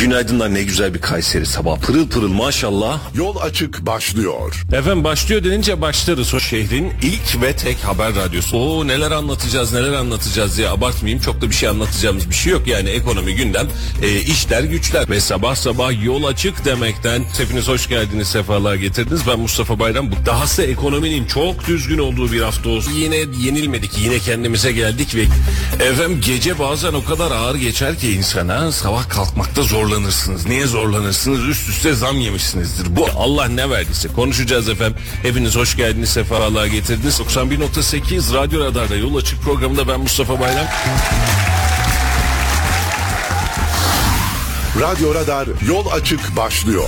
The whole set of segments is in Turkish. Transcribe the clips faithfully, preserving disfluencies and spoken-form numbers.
Günaydınlar, ne güzel bir Kayseri sabah. Pırıl pırıl maşallah. Yol açık başlıyor. Efendim başlıyor denince başlarız. O şehrin ilk ve tek haber radyosu. Oo, neler anlatacağız neler anlatacağız diye abartmayayım. Çok da bir şey anlatacağımız bir şey yok. Yani ekonomi, gündem, e, işler güçler. Ve sabah sabah yol açık demekten hepiniz hoş geldiniz, sefalar getirdiniz. Ben Mustafa Bayram. Bu dahası ekonominin çok düzgün olduğu bir hafta olsun. Yine yenilmedik, yine kendimize geldik ve efendim gece bazen o kadar ağır geçer ki insana, sabah kalkmakta zorlanırsınız. Niye zorlanırsınız? Üst üste zam yemişsinizdir. Bu Allah ne verdiyse konuşacağız efendim. Hepiniz hoş geldiniz, sefalar getirdiniz. doksan bir nokta sekiz Radyo Radar'da Yol Açık programında ben Mustafa Bayram. Radyo Radar Yol Açık başlıyor.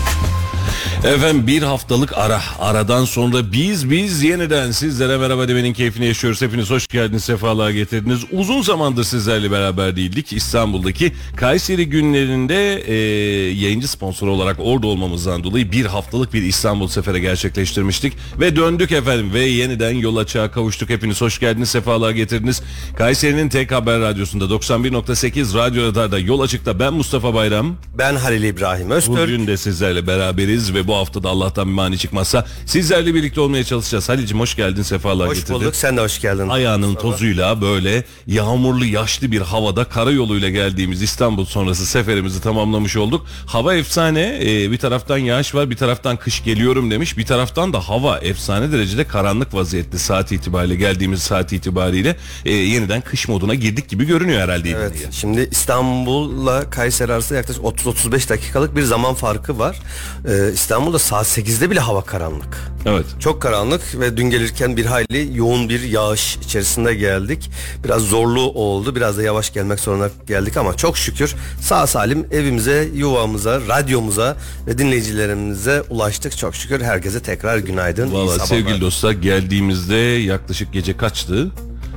Efendim bir haftalık ara. Aradan sonra biz biz yeniden sizlere merhaba demenin keyfini yaşıyoruz. Hepiniz hoş geldiniz, sefalar getirdiniz. Uzun zamandır sizlerle beraber değildik. İstanbul'daki Kayseri günlerinde e, yayıncı sponsor olarak orada olmamızdan dolayı bir haftalık bir İstanbul seferi gerçekleştirmiştik. Ve döndük efendim ve yeniden yol açığa kavuştuk. Hepiniz hoş geldiniz, sefalar getirdiniz. Kayseri'nin tek haber radyosunda doksan bir nokta sekiz Radyo Radar'da Yol Açık'ta ben Mustafa Bayram. Ben Halil İbrahim Öztürk. Bugün de sizlerle beraberiz ve bu haftada Allah'tan bir mani çıkmazsa sizlerle birlikte olmaya çalışacağız. Halil'cim hoş geldin, sefalar hoş getirdin. Hoş bulduk, sen de hoş geldin. Ayağının tozuyla böyle yağmurlu yaşlı bir havada karayoluyla geldiğimiz İstanbul sonrası seferimizi tamamlamış olduk. Hava efsane, ee, bir taraftan yağış var, bir taraftan kış geliyorum demiş, bir taraftan da hava efsane derecede karanlık vaziyette saat itibariyle, geldiğimiz saat itibariyle e, yeniden kış moduna girdik gibi görünüyor herhalde. Evet, diye. Şimdi İstanbul'la Kayseri arasında yaklaşık otuz otuz beş dakikalık bir zaman farkı var. Ee, İstanbul'da saat sekizde bile hava karanlık. Evet. Çok karanlık ve dün gelirken bir hayli yoğun bir yağış içerisinde geldik. Biraz zorlu oldu. Biraz da yavaş gelmek zorunda geldik ama çok şükür sağ salim evimize, yuvamıza, radyomuza ve dinleyicilerimize ulaştık. Çok şükür herkese tekrar günaydın. Vallahi sevgili dostlar, geldiğimizde yaklaşık gece kaçtı?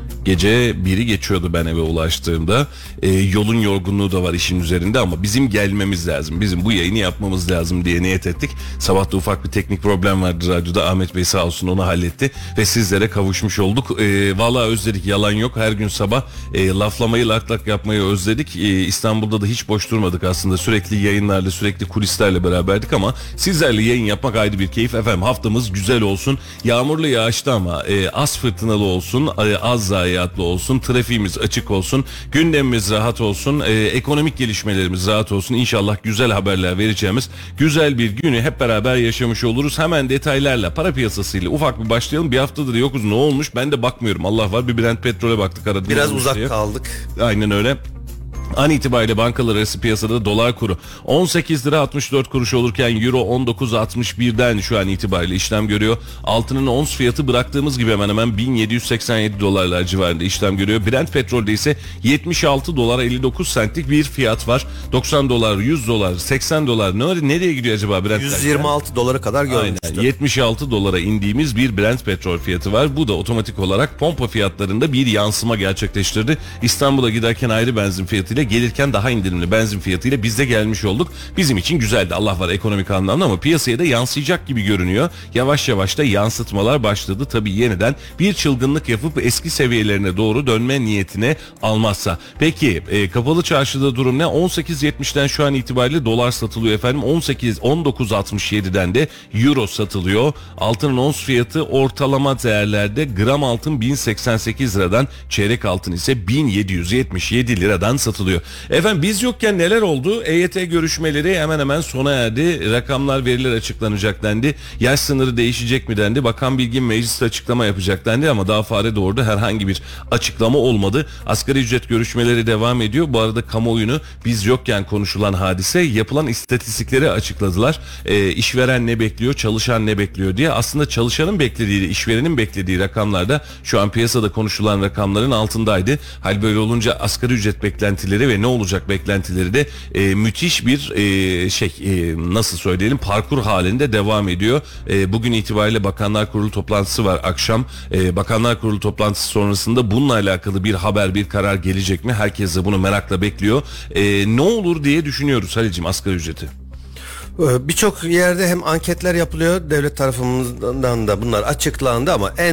Gece biri geçiyordu ben eve ulaştığımda. Ee, yolun yorgunluğu da var işin üzerinde ama bizim gelmemiz lazım. Bizim bu yayını yapmamız lazım diye niyet ettik. Sabah da ufak bir teknik problem vardı radyoda. Ahmet Bey sağ olsun onu halletti ve sizlere kavuşmuş olduk. Ee, vallahi özledik, yalan yok. Her gün sabah e, laflamayı, lak lak yapmayı özledik. Ee, İstanbul'da da hiç boş durmadık aslında. Sürekli yayınlarla, sürekli kulislerle beraberdik ama sizlerle yayın yapmak ayrı bir keyif. Efendim haftamız güzel olsun. Yağmurlu yağışlı ama e, az fırtınalı olsun, e, az zayi olsun, trafiğimiz açık olsun, gündemimiz rahat olsun, e, ekonomik gelişmelerimiz rahat olsun. İnşallah güzel haberler vereceğimiz güzel bir günü hep beraber yaşamış oluruz. Hemen detaylarla, para piyasasıyla ufak bir başlayalım. Bir haftadır yokuz, ne olmuş ben de bakmıyorum. Allah var, bir Brent petrole baktık aradık. Biraz uzak diye kaldık. Aynen öyle. An itibariyle bankalar arası piyasada dolar kuru on sekiz lira altmış dört kuruş olurken euro on dokuz altmış birden şu an itibariyle işlem görüyor. Altının ons fiyatı bıraktığımız gibi hemen hemen bin yedi yüz seksen yedi dolarlar civarında işlem görüyor. Brent petrolde ise yetmiş altı dolar elli dokuz sentlik bir fiyat var. doksan dolar, yüz dolar, seksen dolar ne, nereye gidiyor acaba Brent? yüz yirmi altı dolara kadar görmüştü. Aynen, yetmiş altı dolara indiğimiz bir Brent petrol fiyatı var. Bu da otomatik olarak pompa fiyatlarında bir yansıma gerçekleştirdi. İstanbul'a giderken ayrı benzin fiyatıyla, gelirken daha indirimli benzin fiyatıyla biz de gelmiş olduk. Bizim için güzeldi, Allah var, ekonomik anlamda ama piyasaya da yansıyacak gibi görünüyor. Yavaş yavaş da yansıtmalar başladı. Tabii yeniden bir çılgınlık yapıp eski seviyelerine doğru dönme niyetine almazsa. Peki e, kapalı çarşıda durum ne? on sekiz yetmişten şu an itibariyle dolar satılıyor efendim. on sekiz on dokuz altmış yediden de euro satılıyor. Altının ons fiyatı ortalama değerlerde gram altın bin seksen sekiz liradan, çeyrek altın ise bin yedi yüz yetmiş yedi liradan satılıyor. Efendim biz yokken neler oldu? E Y T görüşmeleri hemen hemen sona erdi. Rakamlar, veriler açıklanacak dendi. Yaş sınırı değişecek mi dendi. Bakan Bilgin mecliste açıklama yapacak dendi ama daha fare doğurdu. Herhangi bir açıklama olmadı. Asgari ücret görüşmeleri devam ediyor. Bu arada kamuoyunu biz yokken konuşulan hadise, yapılan istatistikleri açıkladılar. E, işveren ne bekliyor, çalışan ne bekliyor diye. Aslında çalışanın beklediği, işverenin beklediği rakamlarda şu an piyasada konuşulan rakamların altındaydı. Hal böyle olunca asgari ücret beklentileri ve ne olacak beklentileri de e, müthiş bir e, şey e, nasıl söyleyelim parkur halinde devam ediyor. E, bugün itibariyle Bakanlar Kurulu toplantısı var akşam. E, Bakanlar Kurulu toplantısı sonrasında bununla alakalı bir haber, bir karar gelecek mi? Herkes de bunu merakla bekliyor. E, ne olur diye düşünüyoruz Halil'cim asgari ücreti. Birçok yerde hem anketler yapılıyor, devlet tarafından da bunlar açıklandı ama en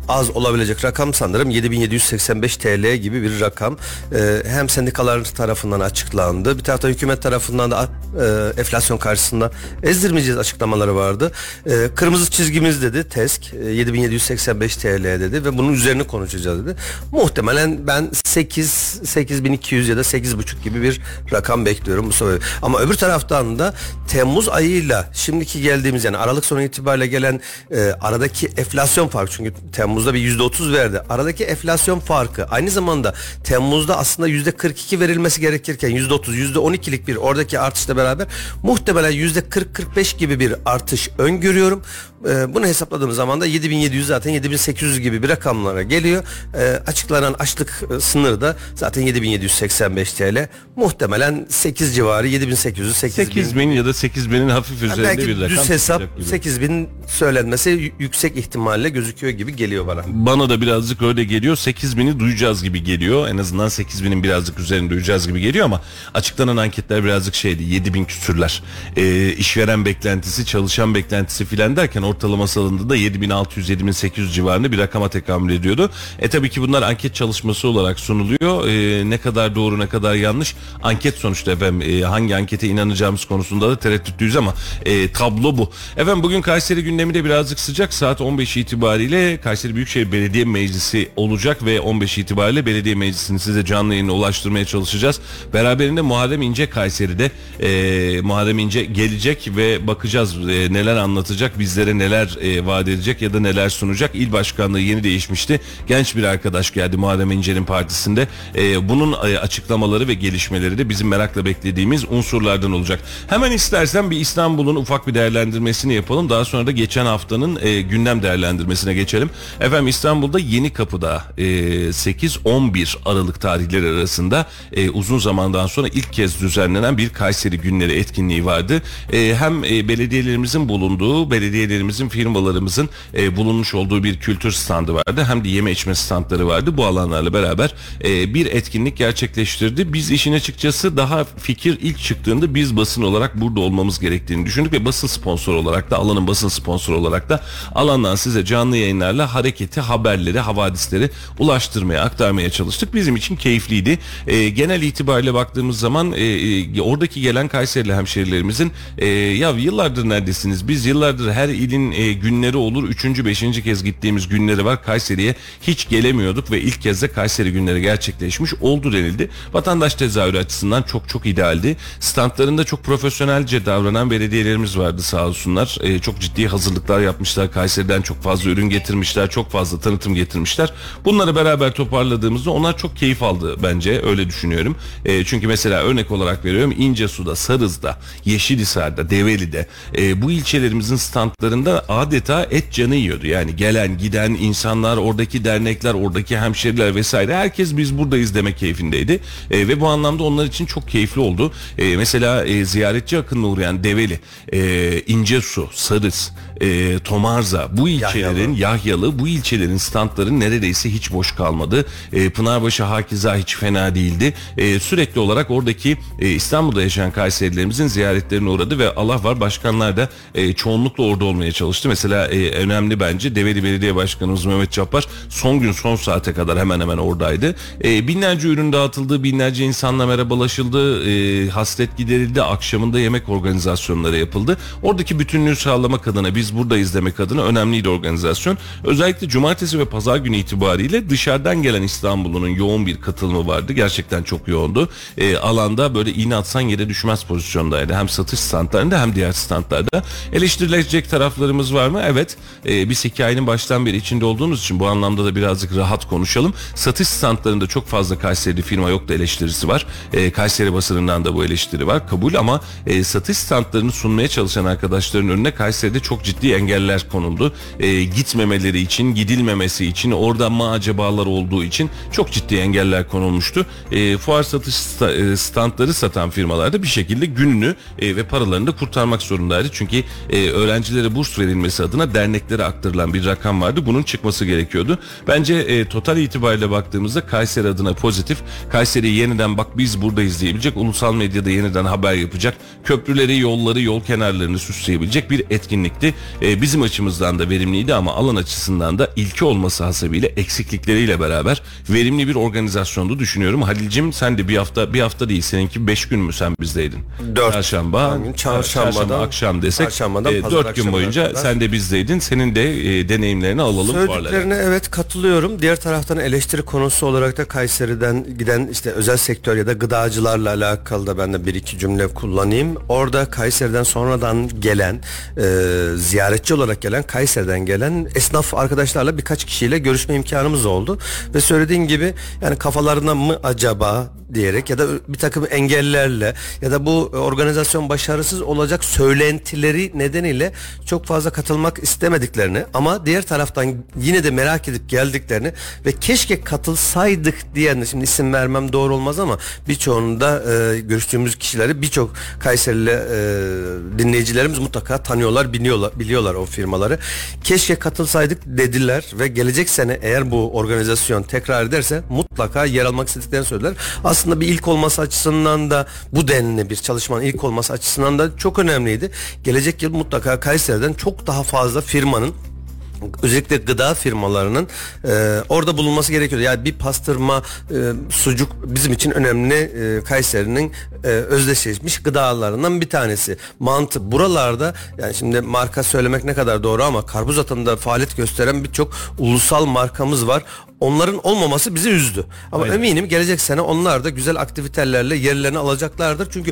az olabilecek rakam sanırım yedi bin yedi yüz seksen beş T L gibi bir rakam. Ee, hem sendikalar tarafından açıklandı. Bir taraftan hükümet tarafından da e, enflasyon karşısında ezdirmeyeceğiz açıklamaları vardı. E, kırmızı çizgimiz dedi TESK e, yedi bin yedi yüz seksen beş T L dedi ve bunun üzerine konuşacağız dedi. Muhtemelen ben sekiz sekiz bin iki yüz ya da sekiz buçuk gibi bir rakam bekliyorum bu sefer. Ama öbür taraftan da Temmuz ayıyla şimdiki geldiğimiz yani Aralık sonu itibariyle gelen e, aradaki enflasyon farkı, çünkü Temmuz'da bir yüzde otuz verdi. Aradaki enflasyon farkı aynı zamanda Temmuz'da aslında yüzde kırk iki verilmesi gerekirken yüzde otuz yüzde on ikilik bir oradaki artışla beraber muhtemelen yüzde kırk kırk beş gibi bir artış öngörüyorum. E, bunu hesapladığımız zaman da yedi bin yedi yüz zaten yedi bin sekiz yüz gibi bir rakamlara geliyor. E, açıklanan açlık e, sınırı da zaten yedi bin yedi yüz seksen beş T L. Muhtemelen sekiz civarı yedi bin sekiz yüz sekiz bin ya da sekiz binin hafif üzerinde belki bir rakam. düz hesap sekiz bin söylenmesi yüksek ihtimalle gözüküyor gibi geliyor bana. Bana da birazcık öyle geliyor. sekiz bini duyacağız gibi geliyor. En azından sekiz binin birazcık üzerinde duyacağız gibi geliyor ama açıklanan anketler birazcık şeydi. yedi bin küsürler. E, işveren beklentisi, çalışan beklentisi filan derken ortalaması alındığında yedi bin altı yüz yedi bin sekiz yüz civarında bir rakama tekamül ediyordu. E tabii ki bunlar anket çalışması olarak sunuluyor. E, ne kadar doğru ne kadar yanlış anket sonuçta efendim. E, hangi ankete inanacağımız konusunda da tereddütlüyüz ama e, tablo bu. Efendim bugün Kayseri gündemi de birazcık sıcak. Saat on beş itibariyle Kayseri Büyükşehir Belediye Meclisi olacak ve on beş itibariyle belediye meclisini size canlı yayına ulaştırmaya çalışacağız. Beraberinde Muharrem İnce Kayseri'de e, Muharrem İnce gelecek ve bakacağız e, neler anlatacak, bizlere neler e, vaat edecek ya da neler sunacak. İl başkanlığı yeni değişmişti. Genç bir arkadaş geldi Muharrem İnce'nin partisinde. E, bunun e, açıklamaları ve gelişmeleri de bizim merakla beklediğimiz unsurlardan olacak. Hemen istersen bir İstanbul'un ufak bir değerlendirmesini yapalım. Daha sonra da geçen haftanın e, gündem değerlendirmesine geçelim. Efendim İstanbul'da Yenikapı'da e, sekiz on bir Aralık tarihleri arasında e, uzun zamandan sonra ilk kez düzenlenen bir Kayseri Günleri etkinliği vardı. E, hem e, belediyelerimizin bulunduğu, belediyelerimizin, firmalarımızın e, bulunmuş olduğu bir kültür standı vardı. Hem de yeme içme standları vardı. Bu alanlarla beraber e, bir etkinlik gerçekleştirdi. Biz işin açıkçası daha fikir ilk çıktığında biz basın olarak burada olmamız gerektiğini düşündük ve basın sponsor olarak da, alanın basın sponsoru olarak da alandan size canlı yayınlarla hareketi, haberleri, havadisleri ulaştırmaya, aktarmaya çalıştık. Bizim için keyifliydi. E, genel itibariyle baktığımız zaman e, e, oradaki gelen Kayserili hemşerilerimizin e, ya yıllardır neredesiniz? Biz yıllardır her ilin e, günleri olur. Üçüncü, beşinci kez gittiğimiz günleri var. Kayseri'ye hiç gelemiyorduk ve ilk kez de Kayseri günleri gerçekleşmiş oldu denildi. Vatandaş tezahürü açısından çok çok idealdi. Standlarında çok profesyonelce davranan belediyelerimiz vardı sağ olsunlar. E, çok ciddi hazırlıklar yapmışlar. Kayseri'den çok fazla ürün getirmişler. Çok fazla tanıtım getirmişler. Bunları beraber toparladığımızda onlar çok keyif aldı bence. Öyle düşünüyorum. E, çünkü mesela örnek olarak veriyorum. İncesu'da, Sarız'da, Yeşilhisar'da, Develi'de e, bu ilçelerimizin standlarında adeta et canı yiyordu. Yani gelen giden insanlar, oradaki dernekler, oradaki hemşeriler vesaire herkes biz buradayız demek keyfindeydi. E, ve bu anlamda onlar için çok keyifli oldu. E, mesela e, ziyaretçi akınına uğrayan Develi, e, İncesu, Sarız, e, Tomarza, bu ilçelerin Yahyalı. Yahyalı bu ilçelerin standları neredeyse hiç boş kalmadı. E, Pınarbaşı, Hakiza hiç fena değildi. E, sürekli olarak oradaki e, İstanbul'da yaşayan Kayserilerimizin ziyaretlerine uğradı ve Allah var başkanlar da e, çoğunlukla orada olmaya çalıştı. Mesela e, önemli bence Develi Belediye Başkanımız Mehmet Çapar son gün son saate kadar hemen hemen oradaydı. E, binlerce ürün dağıtıldı, binlerce insanla merhabalaşıldı, e, hasret giderildi, akşamında yemek organizasyonları yapıldı. Oradaki bütünlüğü sağlamak adına, biz buradayız demek adına önemliydi organizasyon. Özellikle cumartesi ve pazar günü itibariyle dışarıdan gelen İstanbul'un yoğun bir katılımı vardı. Gerçekten çok yoğundu. E, alanda böyle iğne atsan yere düşmez pozisyondaydı. Hem satış standlarında hem diğer standlarda. Eleştirilecek taraflarımız var mı? Evet. E, biz hikayenin baştan beri içinde olduğumuz için bu anlamda da birazcık rahat konuşalım. Satış standlarında çok fazla Kayseri'li firma yok da eleştirisi var. E, Kayseri basınından da bu eleştiri var. Kabul ama e, satış standlarını sunmaya çalışan arkadaşların önüne Kayseri'de çok ciddi engeller konuldu. E, gitmemeleri için, gidilmemesi için, orada ma acabalar olduğu için çok ciddi engeller konulmuştu. E, fuar satış standları satan firmalar da bir şekilde gününü e, ve paralarını da kurtarmak zorundaydı. Çünkü e, öğrencilere burs burs verilmesi adına derneklere aktarılan bir rakam vardı. Bunun çıkması gerekiyordu. Bence e, total itibariyle baktığımızda Kayseri adına pozitif. Kayseri'yi yeniden bak biz buradayız diyebilecek, ulusal medyada yeniden haber yapacak, köprüleri, yolları, yol kenarlarını süsleyebilecek bir etkinlikti. E, bizim açımızdan da verimliydi ama alan açısından da ilki olması hasebiyle eksiklikleriyle beraber verimli bir organizasyondu düşünüyorum. Halil'cim sen de bir hafta bir hafta değil seninki beş gün mü sen bizdeydin? Dört. Çarşamba, Çarşambadan, çarşamba akşam desek e, dört gün boyunca kadar. Sen de bizdeydin. Senin de e, deneyimlerini alalım. Söylediklerine evet katılıyorum. Diğer taraftan eleştiri konusu olarak da Kayseri'den giden işte özel sektör ya da gıdacılarla alakalı da ben de bir iki cümle kullanayım. Orada Kayseri'den sonradan gelen e, ziyaretçi olarak gelen Kayseri'den gelen esnaf arkadaşlarla birkaç kişiyle görüşme imkanımız oldu ve söylediğin gibi yani kafalarına mı acaba diyerek ya da bir takım engellerle ya da bu organizasyon başarısız olacak söylentileri nedeniyle çok fazla katılmak istemediklerini ama diğer taraftan yine de merak edip geldiklerini ve keşke katılsaydık diyen, şimdi isim vermem doğru olmaz ama birçoğunu da e, görüştüğümüz kişileri birçok Kayserili e, dinleyicilerimiz mutlaka tanıyorlar, biliyorlar, biliyorlar o firmaları. Keşke katılsaydık dediler ve gelecek sene eğer bu organizasyon tekrar ederse mutlaka yer almak istediklerini söylediler. Aslında bir ilk olması açısından da bu denli bir çalışmanın ilk olması açısından da çok önemliydi. Gelecek yıl mutlaka Kayseri'den çok daha fazla firmanın, özellikle gıda firmalarının e, orada bulunması gerekiyordu. Yani bir pastırma, e, sucuk bizim için önemli, e, Kayseri'nin e, özdeşleşmiş gıdalarından bir tanesi. Mantı buralarda, yani şimdi marka söylemek ne kadar doğru ama karpuz atında faaliyet gösteren birçok ulusal markamız var. Onların olmaması bizi üzdü. Ama aynen, eminim gelecek sene onlar da güzel aktivitelerle yerlerini alacaklardır. Çünkü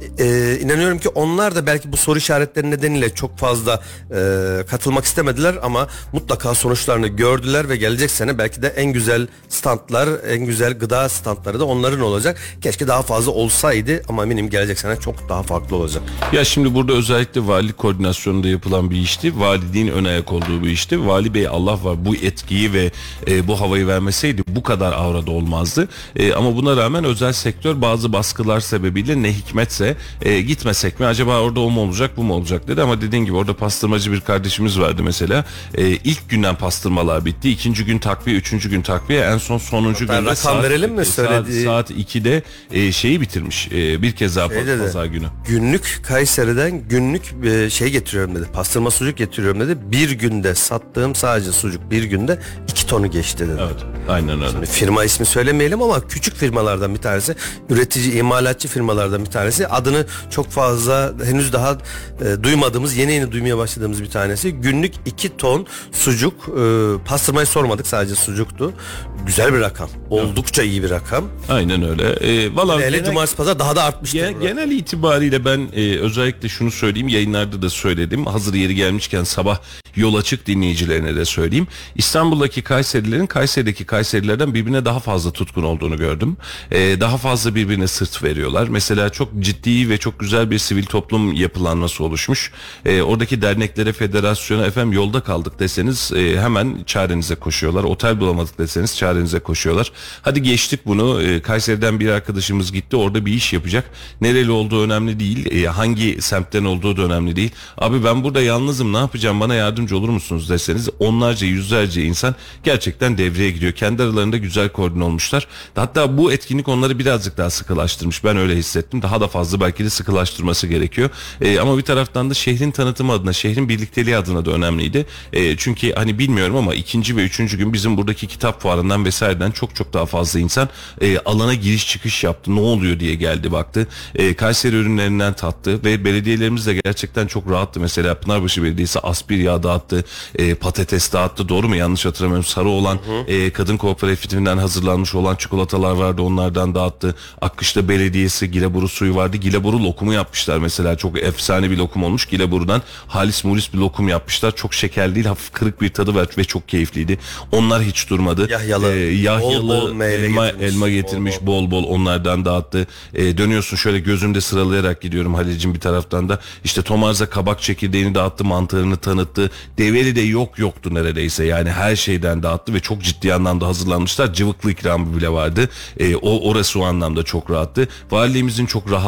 e, inanıyorum ki onlar da belki bu soru işaretleri nedeniyle çok fazla e, katılmak istemediler ama mutlaka sonuçlarını gördüler ve gelecek sene belki de en güzel standlar, en güzel gıda standları da onların olacak. Keşke daha fazla olsaydı ama eminim gelecek sene çok daha farklı olacak. Ya şimdi burada özellikle valilik koordinasyonunda yapılan bir işti. Valiliğin ön ayak olduğu bir işti. Vali Bey Allah var bu etkiyi ve e, bu havayı vermeseydi bu kadar avrada olmazdı. E, ama buna rağmen özel sektör bazı baskılar sebebiyle ne hikmetse e, gitmesek mi acaba orada o mu olacak bu mu olacak dedi ama dediğin gibi orada pastırmacı bir kardeşimiz vardı mesela. E, ilk günden pastırmalar bitti. İkinci gün takviye, üçüncü gün takviye, en son sonuncu günde rakam saat, verelim mi? Söylediği... Saat, saat ikide e, şeyi bitirmiş. E, bir kez daha şey pazar günü. Günlük Kayseri'den günlük e, şey getiriyorum dedi. Pastırma sucuk getiriyorum dedi. Bir günde sattığım sadece sucuk bir günde iki tonu geçti dedi. Evet. Aynen öyle. Şimdi firma ismi söylemeyelim ama küçük firmalardan bir tanesi, üretici, imalatçı firmalardan bir tanesi. Adını çok fazla henüz daha e, duymadığımız, yeni yeni duymaya başladığımız bir tanesi. Günlük iki ton sucuk, e, pastırmayı sormadık, sadece sucuktu. Güzel bir rakam. Oldukça iyi bir rakam. Aynen öyle. E, vallahi hele cumartesi pazar daha da artmıştır. Gen, genel itibariyle ben e, özellikle şunu söyleyeyim, yayınlarda da söyledim. Hazır yeri gelmişken sabah yol açık dinleyicilerine de söyleyeyim. İstanbul'daki Kayserilerin Kayseri'deki Kayserilerden birbirine daha fazla tutkun olduğunu gördüm. Ee, daha fazla birbirine sırt veriyorlar. Mesela çok ciddi ve çok güzel bir sivil toplum yapılanması oluşmuş. Ee, oradaki derneklere, federasyona efendim yolda kaldık deseniz e, hemen çarenize koşuyorlar. Otel bulamadık deseniz çarenize koşuyorlar. Hadi geçtik bunu. Ee, Kayseri'den bir arkadaşımız gitti. Orada bir iş yapacak. Nereli olduğu önemli değil. Ee, hangi semtten olduğu da önemli değil. Abi ben burada yalnızım, ne yapacağım, bana yardımcı olur musunuz deseniz onlarca, yüzlerce insan gerçekten devreye gidiyor. Kendi aralarında güzel koordine olmuşlar. Hatta bu etkinlik onları birazcık daha sıkılaştırmış. Ben öyle hissettim. Daha da fazla belki de sıkılaştırması gerekiyor. Ee, ama bir taraftan da şehrin tanıtımı adına, şehrin birlikteliği adına da önemliydi. Ee, çünkü hani bilmiyorum ama ikinci ve üçüncü gün bizim buradaki kitap fuarından vesaireden çok çok daha fazla insan e, alana giriş çıkış yaptı. Ne oluyor diye geldi baktı. E, Kayseri ürünlerinden tattı ve belediyelerimiz de gerçekten çok rahattı. Mesela Pınarbaşı Belediyesi aspir yağ dağıttı. E, patates dağıttı. Doğru mu? Yanlış hatırlamıyorum. Sarı olan e, kadın kooperatifinden hazırlanmış olan çikolatalar vardı, onlardan dağıttı. Akkışla Belediyesi Gileburu suyu vardı. Gileburu lokumu yapmışlar mesela, çok efsane bir lokum olmuş. Gileburu'dan halis mulis bir lokum yapmışlar. Çok şekerli değil, hafif kırık bir tadı var ve çok keyifliydi. Onlar hiç durmadı. Yahyalı, ee, yahyalı bol bol elma getirmiş, elma getirmiş bol bol, bol, bol onlardan dağıttı. Ee, dönüyorsun şöyle gözümde sıralayarak gidiyorum Halil'cim bir taraftan da. İşte Tomarza kabak çekirdeğini dağıttı, mantarını tanıttı. Develi de yok yoktu neredeyse. Yani her şeyden dağıttı ve çok ciddi anlamda hazırlanmışlar. Cıvıklı ikramı bile vardı. E, o orası o anlamda çok rahattı. Valiliğimizin çok rahat, geniş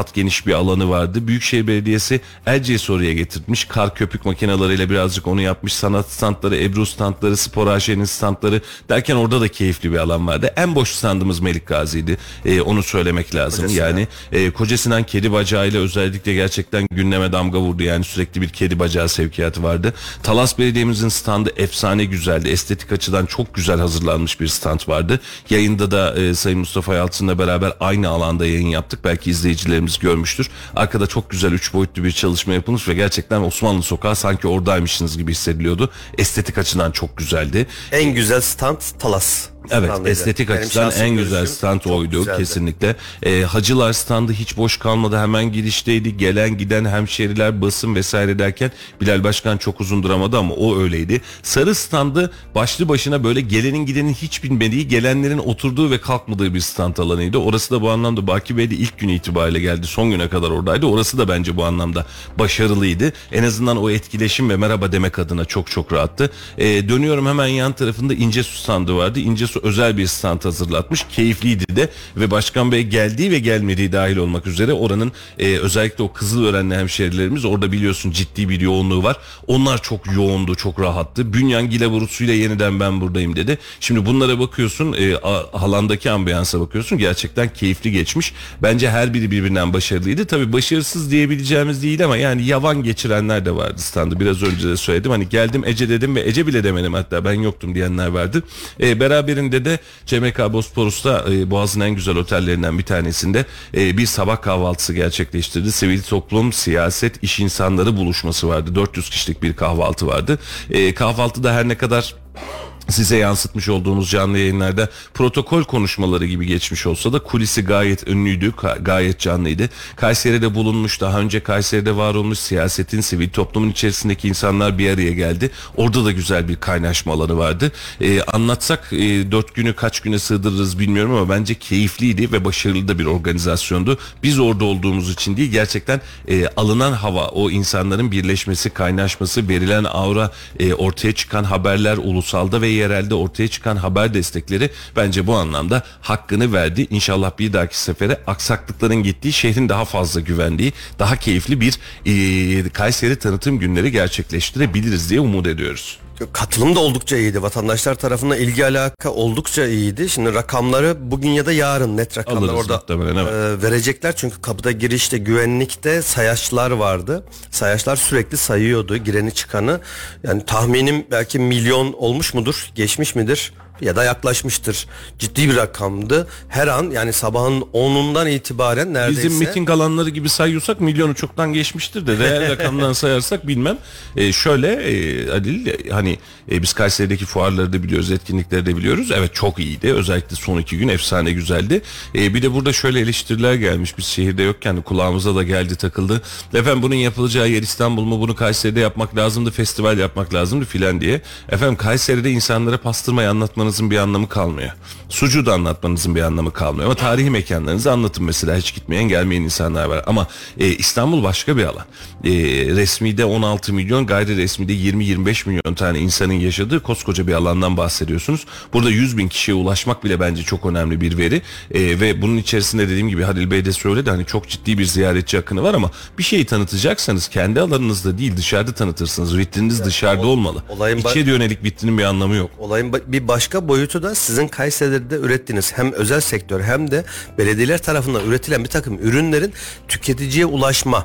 müthiş bir alanı vardı. Büyükşehir Belediyesi Erciyes'i oraya getirtmiş. Kar köpük makineleriyle birazcık onu yapmış. Sanat standları, Ebru standları, Spor A Ş'nin standları derken orada da keyifli bir alan vardı. En boş standımız Melik Gazi'ydi. Ee, onu söylemek lazım. Koca yani e, Koca Sinan kedi bacağıyla özellikle gerçekten gündeme damga vurdu. Yani sürekli bir kedi bacağı sevkiyatı vardı. Talas Belediye'mizin standı efsane güzeldi. Estetik açıdan çok güzel hazırlanmış bir stand vardı. Yayında da e, Sayın Mustafa Yalçın'la beraber aynı alanda yayın yaptık. Belki izleyicilerimiz görmüştür. Arkada çok güzel üç boyutlu bir çalışma yapılmış ve gerçekten Osmanlı Sokağı sanki oradaymışsınız gibi hissediliyordu. Estetik açıdan çok güzeldi. En güzel stand Talas. Evet, standıydı. estetik Benim açıdan şahsi en güzel görüşüm stand çok oydu güzeldi. kesinlikle. Ee, Hacılar standı hiç boş kalmadı, hemen girişteydi. Gelen giden hemşeriler, basın vesaire derken Bilal Başkan çok uzun duramadı ama o öyleydi. Sarı standı başlı başına böyle gelenin gidenin hiç bilmediği, gelenlerin oturduğu ve kalkmadığı bir stand alanıydı. Orası da bu anlamda Baki Bey de ilk günü itibariyle geldi, son güne kadar oradaydı. Orası da bence bu anlamda başarılıydı. En azından o etkileşim ve merhaba demek adına çok çok rahattı. Ee, dönüyorum hemen yan tarafında İncesu standı vardı. İncesu özel bir stand hazırlatmış. Keyifliydi de ve Başkan Bey geldiği ve gelmediği dahil olmak üzere oranın e, özellikle o Kızılörenli hemşerilerimiz, orada biliyorsun ciddi bir yoğunluğu var. Onlar çok yoğundu, çok rahattı. Bünyan Gileburusuyla yeniden ben buradayım dedi. Şimdi bunlara bakıyorsun, e, alandaki ambiyansa bakıyorsun, gerçekten keyifli geçmiş. Bence her biri birbirinden başarılıydı. Tabii başarısız diyebileceğimiz değil ama yani yavan geçirenler de vardı standı. Biraz önce de söyledim. Hani geldim Ece dedim ve Ece bile demedim, hatta ben yoktum diyenler vardı. E, beraberinde de C M K Bosporus'ta e, Boğaz'ın en güzel otellerinden bir tanesinde e, bir sabah kahvaltısı gerçekleştirdi. Sivil toplum, siyaset, iş insanları buluşması vardı. dört yüz kişilik bir kahvaltı vardı. E, kahvaltıda her ne kadar size yansıtmış olduğumuz canlı yayınlarda protokol konuşmaları gibi geçmiş olsa da kulisi gayet ünlüydü, gayet canlıydı. Kayseri'de bulunmuş, daha önce Kayseri'de var olmuş siyasetin, sivil toplumun içerisindeki insanlar bir araya geldi. Orada da güzel bir kaynaşma alanı vardı. Ee, anlatsak e, dört günü kaç güne sığdırırız bilmiyorum ama bence keyifliydi ve başarılı da bir organizasyondu. Biz orada olduğumuz için değil, gerçekten e, alınan hava, o insanların birleşmesi, kaynaşması, verilen aura, e, ortaya çıkan haberler, ulusalda ve yerelde ortaya çıkan haber destekleri bence bu anlamda hakkını verdi. İnşallah bir dahaki sefere aksaklıkların gittiği, şehrin daha fazla güvendiği, daha keyifli bir e, Kayseri tanıtım günleri gerçekleştirebiliriz diye umut ediyoruz. Katılım da oldukça iyiydi. Vatandaşlar tarafından ilgi alaka oldukça iyiydi. Şimdi rakamları bugün ya da yarın net rakamlar Alırız orada evet. e, verecekler. Çünkü kapıda girişte güvenlikte sayaçlar vardı. Sayaçlar sürekli sayıyordu gireni çıkanı. Yani tahminim belki milyon olmuş mudur, geçmiş midir? Ya da yaklaşmıştır. Ciddi bir rakamdı. Her an yani sabahın onundan itibaren neredeyse. Bizim miting alanları gibi sayıyorsak milyonu çoktan geçmiştir de reel rakamdan sayarsak bilmem. Ee, şöyle e, Adil, hani e, biz Kayseri'deki fuarları da biliyoruz, etkinlikleri de biliyoruz. Evet, çok iyiydi. Özellikle son iki gün efsane güzeldi. E, bir de burada şöyle eleştiriler gelmiş. Biz şehirde yokken kulağımıza da geldi, takıldı. Efendim bunun yapılacağı yer İstanbul mu? Bunu Kayseri'de yapmak lazımdı. Festival yapmak lazımdı filan diye. Efendim Kayseri'de insanlara pastırmayı anlatmanız bir anlamı kalmıyor. Sucuğu da anlatmanızın bir anlamı kalmıyor. Ama tarihi mekanlarınızı anlatın mesela. Hiç gitmeyen, gelmeyen insanlar var. Ama e, İstanbul başka bir alan. E, resmide on altı milyon, gayri resmide yirmi yirmi beş milyon tane insanın yaşadığı koskoca bir alandan bahsediyorsunuz. Burada yüz bin kişiye ulaşmak bile bence çok önemli bir veri. E, ve bunun içerisinde dediğim gibi Halil Bey de söyledi. Hani çok ciddi bir ziyaretçi akını var ama bir şeyi tanıtacaksanız kendi alanınızda değil, dışarıda tanıtırsınız. Vitrininiz yani dışarıda o, olmalı. İçe yönelik vitrinin bir anlamı yok. Olayın bir başka boyutu da sizin Kayseri'de ürettiğiniz hem özel sektör hem de belediyeler tarafından üretilen bir takım ürünlerin tüketiciye ulaşma,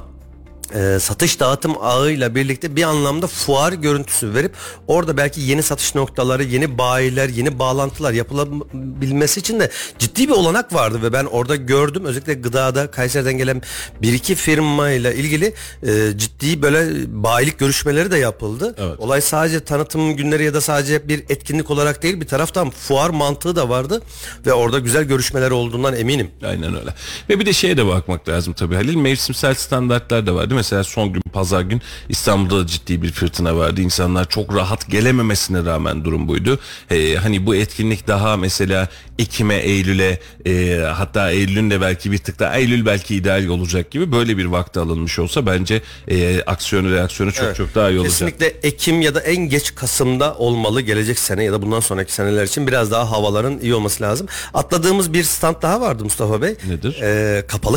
e, satış dağıtım ağıyla birlikte bir anlamda fuar görüntüsü verip orada belki yeni satış noktaları, yeni bayiler, yeni bağlantılar yapılabilmesi için de ciddi bir olanak vardı ve ben orada gördüm. Özellikle gıdada Kayseri'den gelen bir iki firmayla ilgili e, ciddi böyle bayilik görüşmeleri de yapıldı. Evet. Olay sadece tanıtım günleri ya da sadece bir etkinlik olarak değil, bir taraftan fuar mantığı da vardı ve orada güzel görüşmeler olduğundan eminim. Aynen öyle. Ve bir de şeye de bakmak lazım tabii Halil. Mevsimsel standartlar da vardı. Mesela son gün pazar gün İstanbul'da da ciddi bir fırtına vardı. İnsanlar çok rahat gelememesine rağmen durum buydu. Ee, hani bu etkinlik daha mesela Ekim'e, Eylül'e e, hatta Eylül'ün de belki bir tık daha Eylül belki ideal olacak gibi böyle bir vakti alınmış olsa bence e, aksiyonu reaksiyonu çok evet. çok daha iyi olacak. Kesinlikle Ekim ya da en geç Kasım'da olmalı gelecek sene ya da bundan sonraki seneler için biraz daha havaların iyi olması lazım. Atladığımız bir stand daha vardı Mustafa Bey. Nedir? Ee, Kapalı Kale.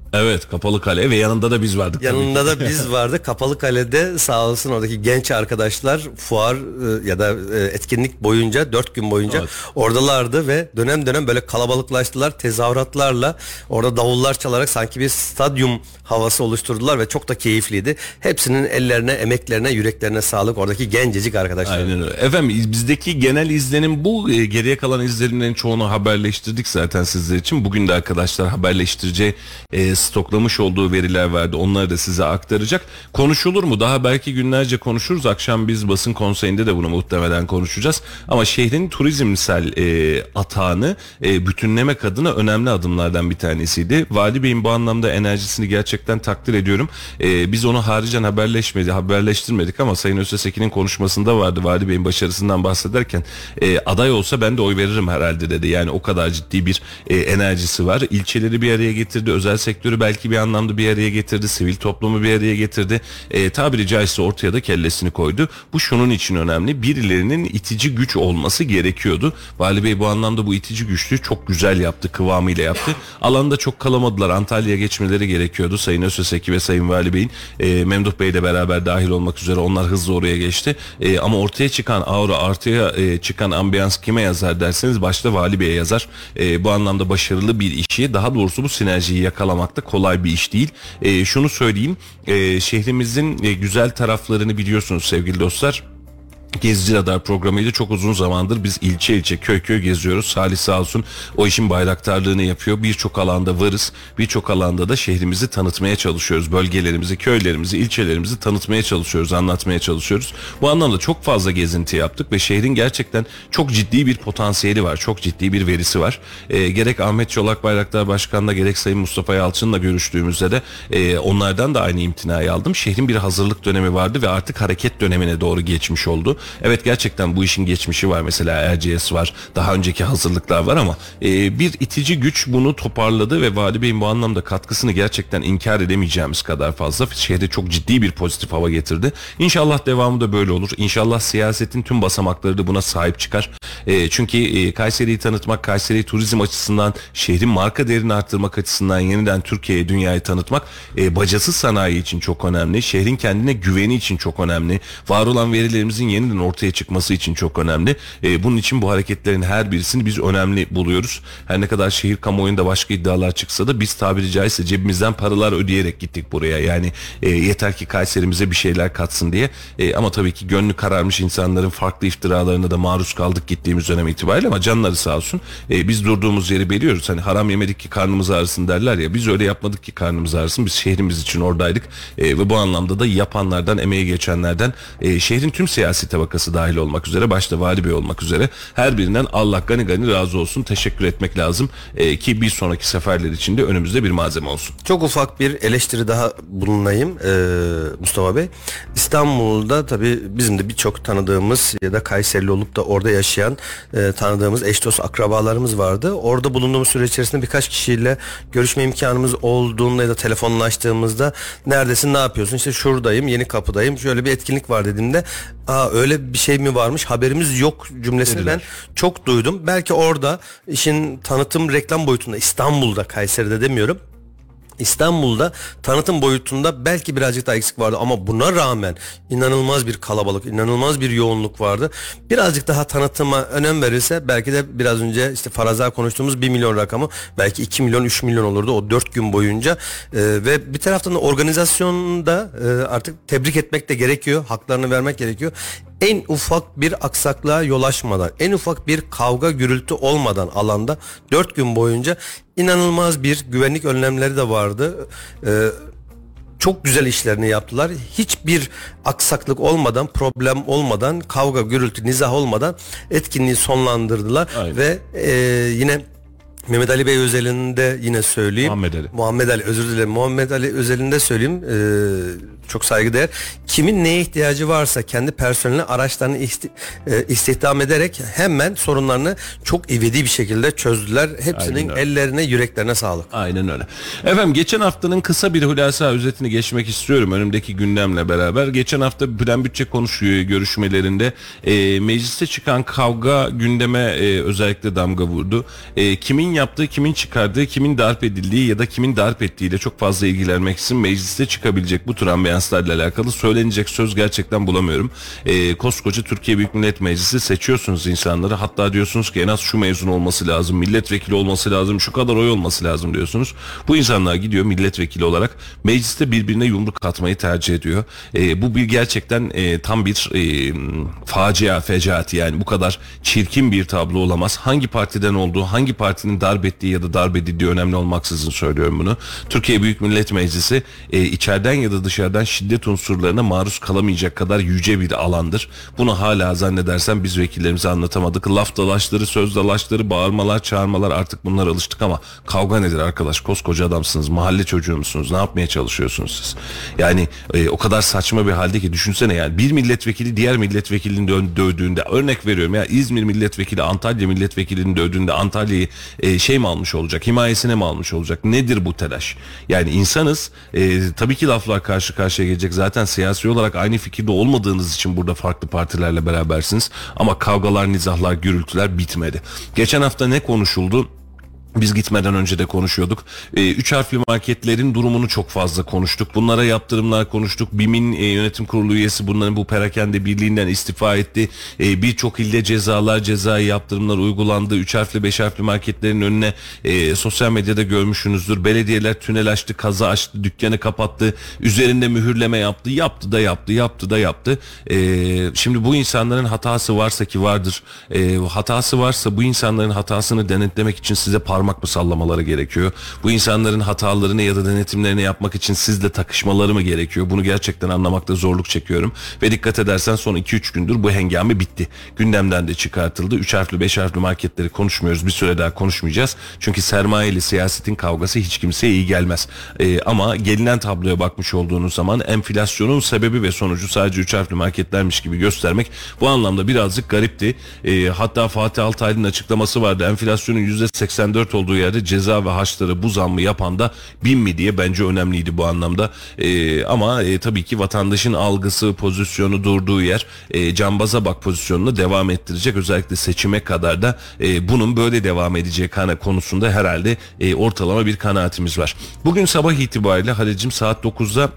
Evet, Kapalı Kale ve yanında da biz vardık. Yanında da biz vardı. Kapalı Kale'de sağ olsun oradaki genç arkadaşlar fuar e, ya da e, etkinlik boyunca dört gün boyunca evet. oradalardı ve dönem dönem böyle kalabalıklaştılar. Tezahüratlarla orada davullar çalarak sanki bir stadyum havası oluşturdular ve çok da keyifliydi. Hepsinin ellerine, emeklerine, yüreklerine sağlık oradaki gencecik arkadaşlar. Aynen öyle. Efendim bizdeki genel izlenim bu. E, geriye kalan izlenimlerin çoğunu haberleştirdik zaten sizler için. Bugün de arkadaşlar haberleştirici e, stoklamış olduğu veriler vardı. Onları da size aktaracak. Konuşulur mu? Daha belki günlerce konuşuruz. Akşam biz basın konseyinde de bunu muhtemelen konuşacağız. Ama şehrin turizmsel e, atağını e, bütünlemek adına önemli adımlardan bir tanesiydi. Vali Bey'in bu anlamda enerjisini gerçekten takdir ediyorum. E, biz onu haricen haberleşmedi, haberleştirmedik ama Sayın Öztesekin'in konuşmasında vardı. Vali Bey'in başarısından bahsederken e, aday olsa ben de oy veririm herhalde dedi. Yani o kadar ciddi bir e, enerjisi var. İlçeleri bir araya getirdi. Özel sektörü belki bir anlamda bir araya getirdi. Sivil toplumu bir araya getirdi. E, tabiri caizse ortaya da kellesini koydu. Bu şunun için önemli. Birilerinin itici güç olması gerekiyordu. Vali Bey bu anlamda bu itici güçlüğü çok güzel yaptı. Kıvamıyla yaptı. Alanda çok kalamadılar. Antalya'ya geçmeleri gerekiyordu. Sayın Özteseki ve Sayın Vali Bey'in e, Memduh Bey ile beraber dahil olmak üzere onlar hızlı oraya geçti. E, ama ortaya çıkan aura, ortaya e, çıkan ambiyans kime yazar derseniz başta Vali Bey'e yazar. E, bu anlamda başarılı bir işi, daha doğrusu bu sinerjiyi yakalamakta kolay bir iş değil. E, şunu söyleyeyim, e, şehrimizin e, güzel taraflarını biliyorsunuz sevgili dostlar. Gezici Radar programıyla çok uzun zamandır biz ilçe ilçe köy köy geziyoruz. Salih sağ olsun o işin bayraktarlığını yapıyor. Birçok alanda varız. Birçok alanda da şehrimizi tanıtmaya çalışıyoruz. Bölgelerimizi, köylerimizi, ilçelerimizi tanıtmaya çalışıyoruz, anlatmaya çalışıyoruz. Bu anlamda çok fazla gezinti yaptık ve şehrin gerçekten çok ciddi bir potansiyeli var. Çok ciddi bir verisi var. E, gerek Ahmet Çolak Bayraktar Başkan'la gerek Sayın Mustafa Yalçın'la görüştüğümüzde de e, onlardan da aynı imtinayı aldım. Şehrin bir hazırlık dönemi vardı ve artık hareket dönemine doğru geçmiş oldu. Evet gerçekten bu işin geçmişi var. Mesela Erciyes var. Daha önceki hazırlıklar var ama e, bir itici güç bunu toparladı ve Vali Bey'in bu anlamda katkısını gerçekten inkar edemeyeceğimiz kadar fazla. Şehre çok ciddi bir pozitif hava getirdi. İnşallah devamı da böyle olur. İnşallah siyasetin tüm basamakları da buna sahip çıkar. E, çünkü e, Kayseri'yi tanıtmak, Kayseri turizm açısından, şehrin marka değerini arttırmak açısından yeniden Türkiye'ye, dünyayı tanıtmak e, bacasız sanayi için çok önemli. Şehrin kendine güveni için çok önemli. Var olan verilerimizin yeniden ortaya çıkması için çok önemli. E, bunun için bu hareketlerin her birisini biz önemli buluyoruz. Her ne kadar şehir kamuoyunda başka iddialar çıksa da biz tabiri caizse cebimizden paralar ödeyerek gittik buraya. Yani e, yeter ki Kayserimize bir şeyler katsın diye. E, ama tabii ki gönlü kararmış insanların farklı iftiralarına da maruz kaldık gittiğimiz dönem itibariyle ama canları sağ olsun. E, biz durduğumuz yeri biliyoruz. Hani haram yemedik ki karnımız ağrısın derler ya. Biz öyle yapmadık ki karnımız ağrısın. Biz şehrimiz için oradaydık. E, ve bu anlamda da yapanlardan, emeği geçenlerden, e, şehrin tüm siyasi tabakası dahil olmak üzere, başta Vali Bey olmak üzere her birinden Allah gani gani razı olsun. Teşekkür etmek lazım. E, ki bir sonraki seferler için de önümüzde bir malzeme olsun. Çok ufak bir eleştiri daha bulunayım ee, Mustafa Bey. İstanbul'da tabii bizim de birçok tanıdığımız ya da Kayserili olup da orada yaşayan e, tanıdığımız eş dost akrabalarımız vardı. Orada bulunduğumuz süre içerisinde birkaç kişiyle görüşme imkanımız olduğunda ya da telefonlaştığımızda neredesin, ne yapıyorsun, işte şuradayım, Yeni Kapı'dayım, şöyle bir etkinlik var dediğimde aa öyle bir şey mi varmış, haberimiz yok cümlesini Dediler. ben çok duydum. Belki orada işin tanıtım reklam boyutunda, İstanbul'da, Kayseri'de demiyorum, İstanbul'da tanıtım boyutunda belki birazcık daha eksik vardı ama buna rağmen inanılmaz bir kalabalık, inanılmaz bir yoğunluk vardı. Birazcık daha tanıtıma önem verilse belki de biraz önce işte faraza konuştuğumuz bir milyon rakamı belki iki milyon, üç milyon olurdu o dört gün boyunca. Ee, ve bir taraftan da organizasyonda e, artık tebrik etmek de gerekiyor, haklarını vermek gerekiyor. En ufak bir aksaklığa yol açmadan, en ufak bir kavga gürültü olmadan alanda dört gün boyunca inanılmaz bir güvenlik önlemleri de vardı. Ee, çok güzel işlerini yaptılar. Hiçbir aksaklık olmadan, problem olmadan, kavga, gürültü, nizah olmadan etkinliği sonlandırdılar. Aynen. Ve e, yine Mehmet Ali Bey özelinde yine söyleyeyim. Muhammed Ali. Muhammed Ali özür dilerim. Muhammed Ali özelinde söyleyeyim. Ee, çok saygıdeğer. Kimin neye ihtiyacı varsa kendi personeline araçlarını isti, e, istihdam ederek hemen sorunlarını çok ivedi bir şekilde çözdüler. Hepsinin ellerine, yüreklerine sağlık. Aynen öyle. Efendim geçen haftanın kısa bir hülasa özetini geçmek istiyorum önümdeki gündemle beraber. Geçen hafta plan bütçe konuşuyor görüşmelerinde e, mecliste çıkan kavga gündeme e, özellikle damga vurdu. E, kimin yaptığı, kimin çıkardığı, kimin darp edildiği ya da kimin darp ettiğiyle çok fazla ilgilenmek için mecliste çıkabilecek bu tür ambiyanslarla alakalı söylenecek söz gerçekten bulamıyorum. E, koskoca Türkiye Büyük Millet Meclisi seçiyorsunuz insanları. Hatta diyorsunuz ki en az şu mezun olması lazım, milletvekili olması lazım, şu kadar oy olması lazım diyorsunuz. Bu insanlar gidiyor milletvekili olarak mecliste birbirine yumruk atmayı tercih ediyor. E, bu bir gerçekten e, tam bir e, facia, fecaat yani bu kadar çirkin bir tablo olamaz. Hangi partiden olduğu, hangi partinin darp ettiği ya da darp edildiği önemli olmaksızın söylüyorum bunu. Türkiye Büyük Millet Meclisi e, içeriden ya da dışarıdan şiddet unsurlarına maruz kalamayacak kadar yüce bir alandır. Bunu hala zannedersem biz vekillerimize anlatamadık. Laf dalaşları, söz dalaşları, bağırmalar, çağırmalar artık bunlara alıştık ama kavga nedir arkadaş? Koskoca adamsınız, mahalle çocuğu musunuz? Ne yapmaya çalışıyorsunuz siz? Yani e, o kadar saçma bir halde ki düşünsene yani bir milletvekili diğer milletvekilini dö- dövdüğünde örnek veriyorum ya İzmir milletvekili Antalya milletvekilini dövdüğünde Antalya'yı e, şey mi almış olacak? Himayesine mi almış olacak? Nedir bu telaş? Yani insanız e, tabii ki laflar karşı karşıya gelecek. Zaten siyasi olarak aynı fikirde olmadığınız için burada farklı partilerle berabersiniz. Ama kavgalar, nizahlar, gürültüler bitmedi. Geçen hafta ne konuşuldu? Biz gitmeden önce de konuşuyorduk. E, üç harfli marketlerin durumunu çok fazla konuştuk. Bunlara yaptırımlar konuştuk. BİM'in e, yönetim kurulu üyesi bunların bu perakende birliğinden istifa etti. E, Birçok ilde cezalar, cezai yaptırımlar uygulandı. Üç harfli, beş harfli marketlerin önüne e, sosyal medyada görmüşsünüzdür. Belediyeler tünel açtı, kazı açtı, dükkanı kapattı. Üzerinde mühürleme yaptı. Yaptı da yaptı, yaptı da yaptı. E, şimdi bu insanların hatası varsa ki vardır. E, hatası varsa bu insanların hatasını denetlemek için size parmak mı sallamaları gerekiyor? Bu insanların hatalarını ya da denetimlerini yapmak için sizle takışmaları mı gerekiyor? Bunu gerçekten anlamakta zorluk çekiyorum. Ve dikkat edersen son iki üç gündür bu hengame bitti. Gündemden de çıkartıldı. üç harfli beş harfli marketleri konuşmuyoruz. Bir süre daha konuşmayacağız. Çünkü sermayeli siyasetin kavgası hiç kimseye iyi gelmez. Ee, ama gelinen tabloya bakmış olduğunuz zaman enflasyonun sebebi ve sonucu sadece üç harfli marketlermiş gibi göstermek bu anlamda birazcık garipti. Ee, hatta Fatih Altaylı'nın açıklaması vardı. Enflasyonun yüzde seksen dört olduğu yerde ceza ve harçları bu zammı yapan da BİM mi diye bence önemliydi bu anlamda. Ee, ama e, tabii ki vatandaşın algısı, pozisyonu, durduğu yer e, cambaza bak pozisyonunu devam ettirecek. Özellikle seçime kadar da e, bunun böyle devam edeceği kana konusunda herhalde e, ortalama bir kanaatimiz var. Bugün sabah itibariyle Halil'cim saat dokuzda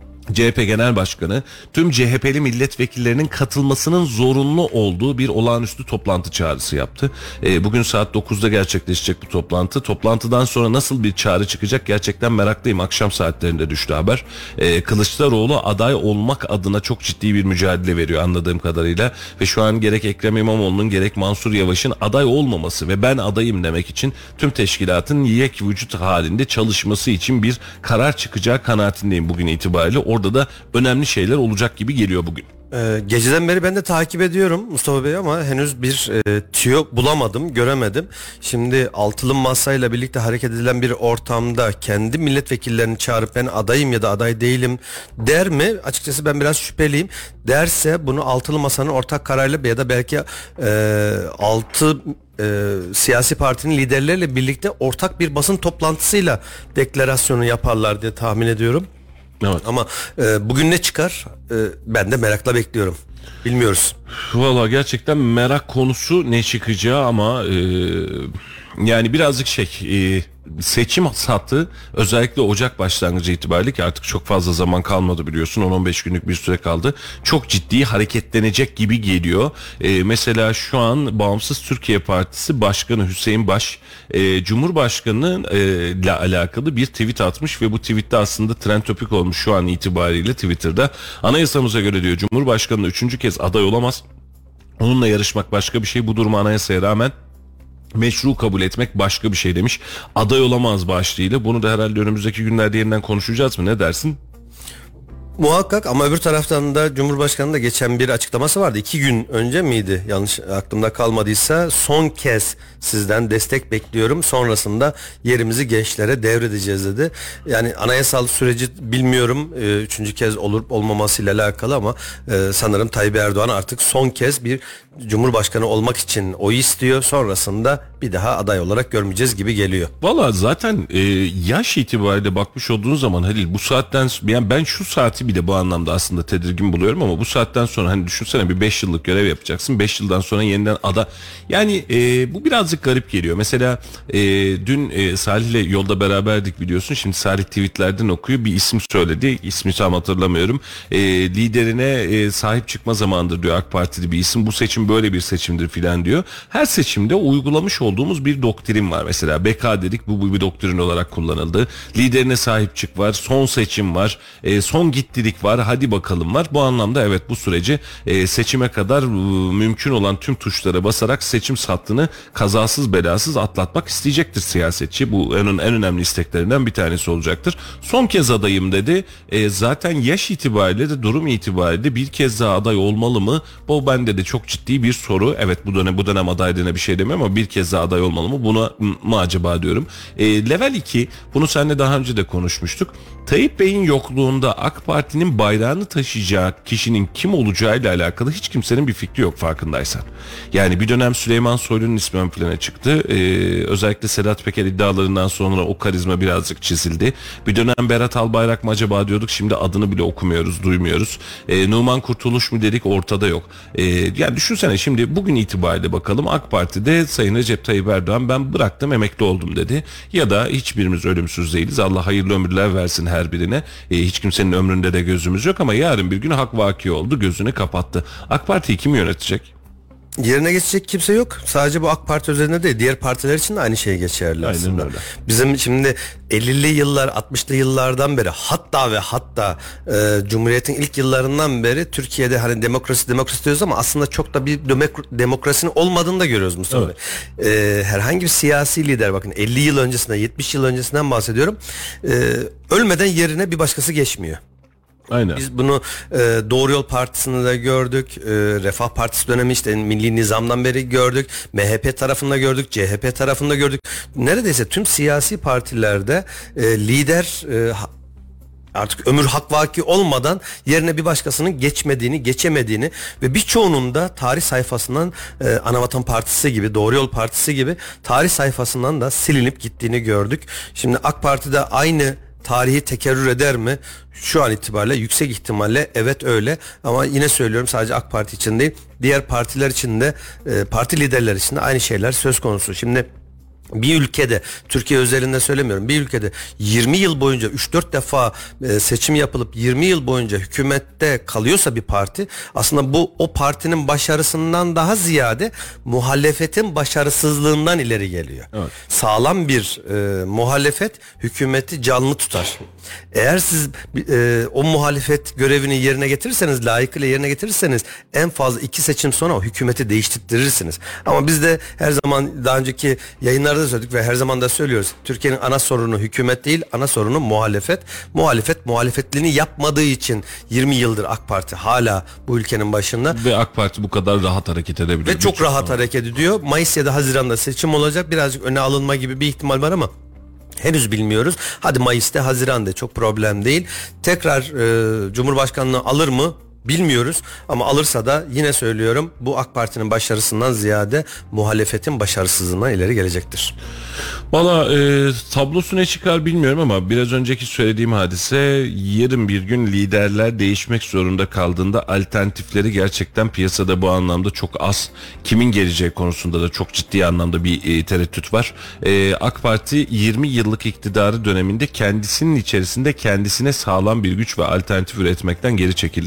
C H P Genel Başkanı tüm C H P'li milletvekillerinin katılmasının zorunlu olduğu bir olağanüstü toplantı çağrısı yaptı. E, bugün saat dokuzda gerçekleşecek bu toplantı. Toplantıdan sonra nasıl bir çağrı çıkacak gerçekten meraklıyım. Akşam saatlerinde düştü haber. E, Kılıçdaroğlu aday olmak adına çok ciddi bir mücadele veriyor anladığım kadarıyla. Ve şu an gerek Ekrem İmamoğlu'nun gerek Mansur Yavaş'ın aday olmaması ve ben adayım demek için tüm teşkilatın yek vücut halinde çalışması için bir karar çıkacağı kanaatindeyim bugün itibariyle. Orada da önemli şeyler olacak gibi geliyor bugün. Ee, geceden beri ben de takip ediyorum Mustafa Bey ama henüz bir e, tüyo bulamadım, göremedim. Şimdi altılı masayla birlikte hareket edilen bir ortamda kendi milletvekillerini çağırıp ben adayım ya da aday değilim der mi? Açıkçası ben biraz şüpheliyim. Derse bunu altılı masanın ortak kararıyla ya da belki e, altı e, siyasi partinin liderleriyle birlikte ortak bir basın toplantısıyla deklarasyonu yaparlar diye tahmin ediyorum. Evet. Ama e, bugün ne çıkar? E, ben de merakla bekliyorum. Bilmiyoruz. Valla gerçekten merak konusu ne çıkacağı ama e, yani birazcık şey e, seçim hattı özellikle Ocak başlangıcı itibariyle ki artık çok fazla zaman kalmadı biliyorsun on on beş günlük bir süre kaldı. Çok ciddi hareketlenecek gibi geliyor. E, mesela şu an Bağımsız Türkiye Partisi Başkanı Hüseyin Baş e, Cumhurbaşkanı e, ile alakalı bir tweet atmış ve bu tweette aslında trend topik olmuş şu an itibariyle Twitter'da. Anayasamıza göre diyor Cumhurbaşkanı üçüncü kez aday olamaz. Onunla yarışmak başka bir şey. Bu durumu anayasaya rağmen meşru kabul etmek başka bir şey demiş. Aday olamaz başlığıyla. Bunu da herhalde önümüzdeki günlerde yeniden konuşacağız mı? Ne dersin? Muhakkak, ama öbür taraftan da Cumhurbaşkanı'nın da geçen bir açıklaması vardı. İki gün önce miydi? Yanlış aklımda kalmadıysa, son kez sizden destek bekliyorum. Sonrasında yerimizi gençlere devredeceğiz dedi. Yani anayasal süreci bilmiyorum. E, üçüncü kez olup olmamasıyla alakalı ama e, sanırım Tayyip Erdoğan artık son kez bir Cumhurbaşkanı olmak için oy istiyor. Sonrasında bir daha aday olarak görmeyeceğiz gibi geliyor. Valla zaten e, yaş itibariyle bakmış olduğun zaman Halil, bu saatten yani ben şu saati bile bu anlamda aslında tedirgin buluyorum ama bu saatten sonra hani düşünsene bir beş yıllık görev yapacaksın. beş yıldan sonra yeniden ada. Yani e, bu birazcık garip geliyor. Mesela e, dün e, Salih'le yolda beraberdik biliyorsun. Şimdi Salih tweetlerden okuyor. Bir isim söyledi. İsmi tam hatırlamıyorum. E, liderine e, sahip çıkma zamanıdır diyor AK Partili bir isim. Bu seçim böyle bir seçimdir filan diyor. Her seçimde uygulamış olduğumuz bir doktrin var. Mesela B K dedik, bu, bu bir doktrin olarak kullanıldı. Liderine sahip çık var. Son seçim var. E, son gittilik var. Hadi bakalım var. Bu anlamda evet, bu süreci e, seçime kadar e, mümkün olan tüm tuşlara basarak seçim hattını kazasız belasız atlatmak isteyecektir siyasetçi. Bu en, en önemli isteklerinden bir tanesi olacaktır. Son kez adayım dedi. E, zaten yaş itibariyle de durum itibariyle bir kez daha aday olmalı mı? Bu bende de çok ciddi bir soru. Evet, bu dönem bu dönem adaylığına bir şey demiyorum ama bir kez daha aday olmalı mı? Buna mı acaba diyorum. E, level iki, bunu seninle daha önce de konuşmuştuk. Tayyip Bey'in yokluğunda AK Parti'nin bayrağını taşıyacağı kişinin kim olacağıyla alakalı hiç kimsenin bir fikri yok, farkındaysan. Yani bir dönem Süleyman Soylu'nun ismi ön plana çıktı. Ee, özellikle Sedat Peker iddialarından sonra o karizma birazcık çizildi. Bir dönem Berat Albayrak mı acaba diyorduk. Şimdi adını bile okumuyoruz, duymuyoruz. Ee, Numan Kurtuluş mu dedik, ortada yok. Ee, yani düşünsene şimdi bugün itibariyle bakalım, AK Parti'de Sayın Recep Tayyip Erdoğan ben bıraktım, emekli oldum dedi. Ya da hiçbirimiz ölümsüz değiliz. Allah hayırlı ömürler versin her birine. Ee, hiç kimsenin ömründe de gözümüz yok ama yarın bir gün hak vaki oldu, gözünü kapattı. AK Parti'yi kim yönetecek? Yerine geçecek kimse yok. Sadece bu AK Parti üzerinde değil, diğer partiler için de aynı şey geçerli Aynen aslında. öyle. Bizim şimdi ellili yıllar, altmışlı yıllardan beri, hatta ve hatta e, Cumhuriyet'in ilk yıllarından beri Türkiye'de hani demokrasi demokrasi diyoruz ama aslında çok da bir demok- demokrasinin olmadığını da görüyoruz Mustafa Evet. Bey. E, herhangi bir siyasi lider, bakın elli yıl öncesinden, yetmiş yıl öncesinden bahsediyorum. E, ölmeden yerine bir başkası geçmiyor. Aynen. Biz bunu e, Doğru Yol Partisi'nde de gördük. E, Refah Partisi dönemi işte Milli Nizam'dan beri gördük. M H P tarafında gördük. C H P tarafında gördük. Neredeyse tüm siyasi partilerde e, lider e, artık ömür hak vaki olmadan yerine bir başkasının geçmediğini, geçemediğini ve birçoğunun da tarih sayfasından e, Anavatan Partisi gibi, Doğru Yol Partisi gibi tarih sayfasından da silinip gittiğini gördük. Şimdi AK Parti'de aynı tarihi tekerrür eder mi? Şu an itibariyle yüksek ihtimalle evet öyle, ama yine söylüyorum, sadece AK Parti için değil, diğer partiler için de e, parti liderler için de aynı şeyler söz konusu. Şimdi bir ülkede, Türkiye özelinde söylemiyorum, bir ülkede yirmi yıl boyunca üç dört defa e, seçim yapılıp yirmi yıl boyunca hükümette kalıyorsa bir parti, aslında bu o partinin başarısından daha ziyade muhalefetin başarısızlığından ileri geliyor. Evet. Sağlam bir e, muhalefet hükümeti canlı tutar. Eğer siz e, o muhalefet görevini yerine getirirseniz, layıkıyla yerine getirirseniz en fazla iki seçim sonra o hükümeti değiştirirsiniz. Ama biz de her zaman, daha önceki yayınlarda da söyledik ve her zaman da söylüyoruz. Türkiye'nin ana sorunu hükümet değil, ana sorunu muhalefet. Muhalefet muhalefetliğini yapmadığı için yirmi yıldır AK Parti hala bu ülkenin başında. Ve AK Parti bu kadar rahat hareket edebiliyor. Ve çok rahat hareket ediyor. Mayıs ya da Haziran'da seçim olacak. Birazcık öne alınma gibi bir ihtimal var ama henüz bilmiyoruz. Hadi Mayıs'ta, Haziran'da çok problem değil. Tekrar e, Cumhurbaşkanlığı alır mı? Bilmiyoruz, ama alırsa da yine söylüyorum, bu AK Parti'nin başarısından ziyade muhalefetin başarısızlığından ileri gelecektir. Valla e, tablosu ne çıkar bilmiyorum ama biraz önceki söylediğim hadise, yarın bir gün liderler değişmek zorunda kaldığında alternatifleri gerçekten piyasada bu anlamda çok az. Kimin geleceği konusunda da çok ciddi anlamda bir e, tereddüt var. E, AK Parti yirmi yıllık iktidarı döneminde kendisinin içerisinde kendisine sağlam bir güç ve alternatif üretmekten geri çekildi.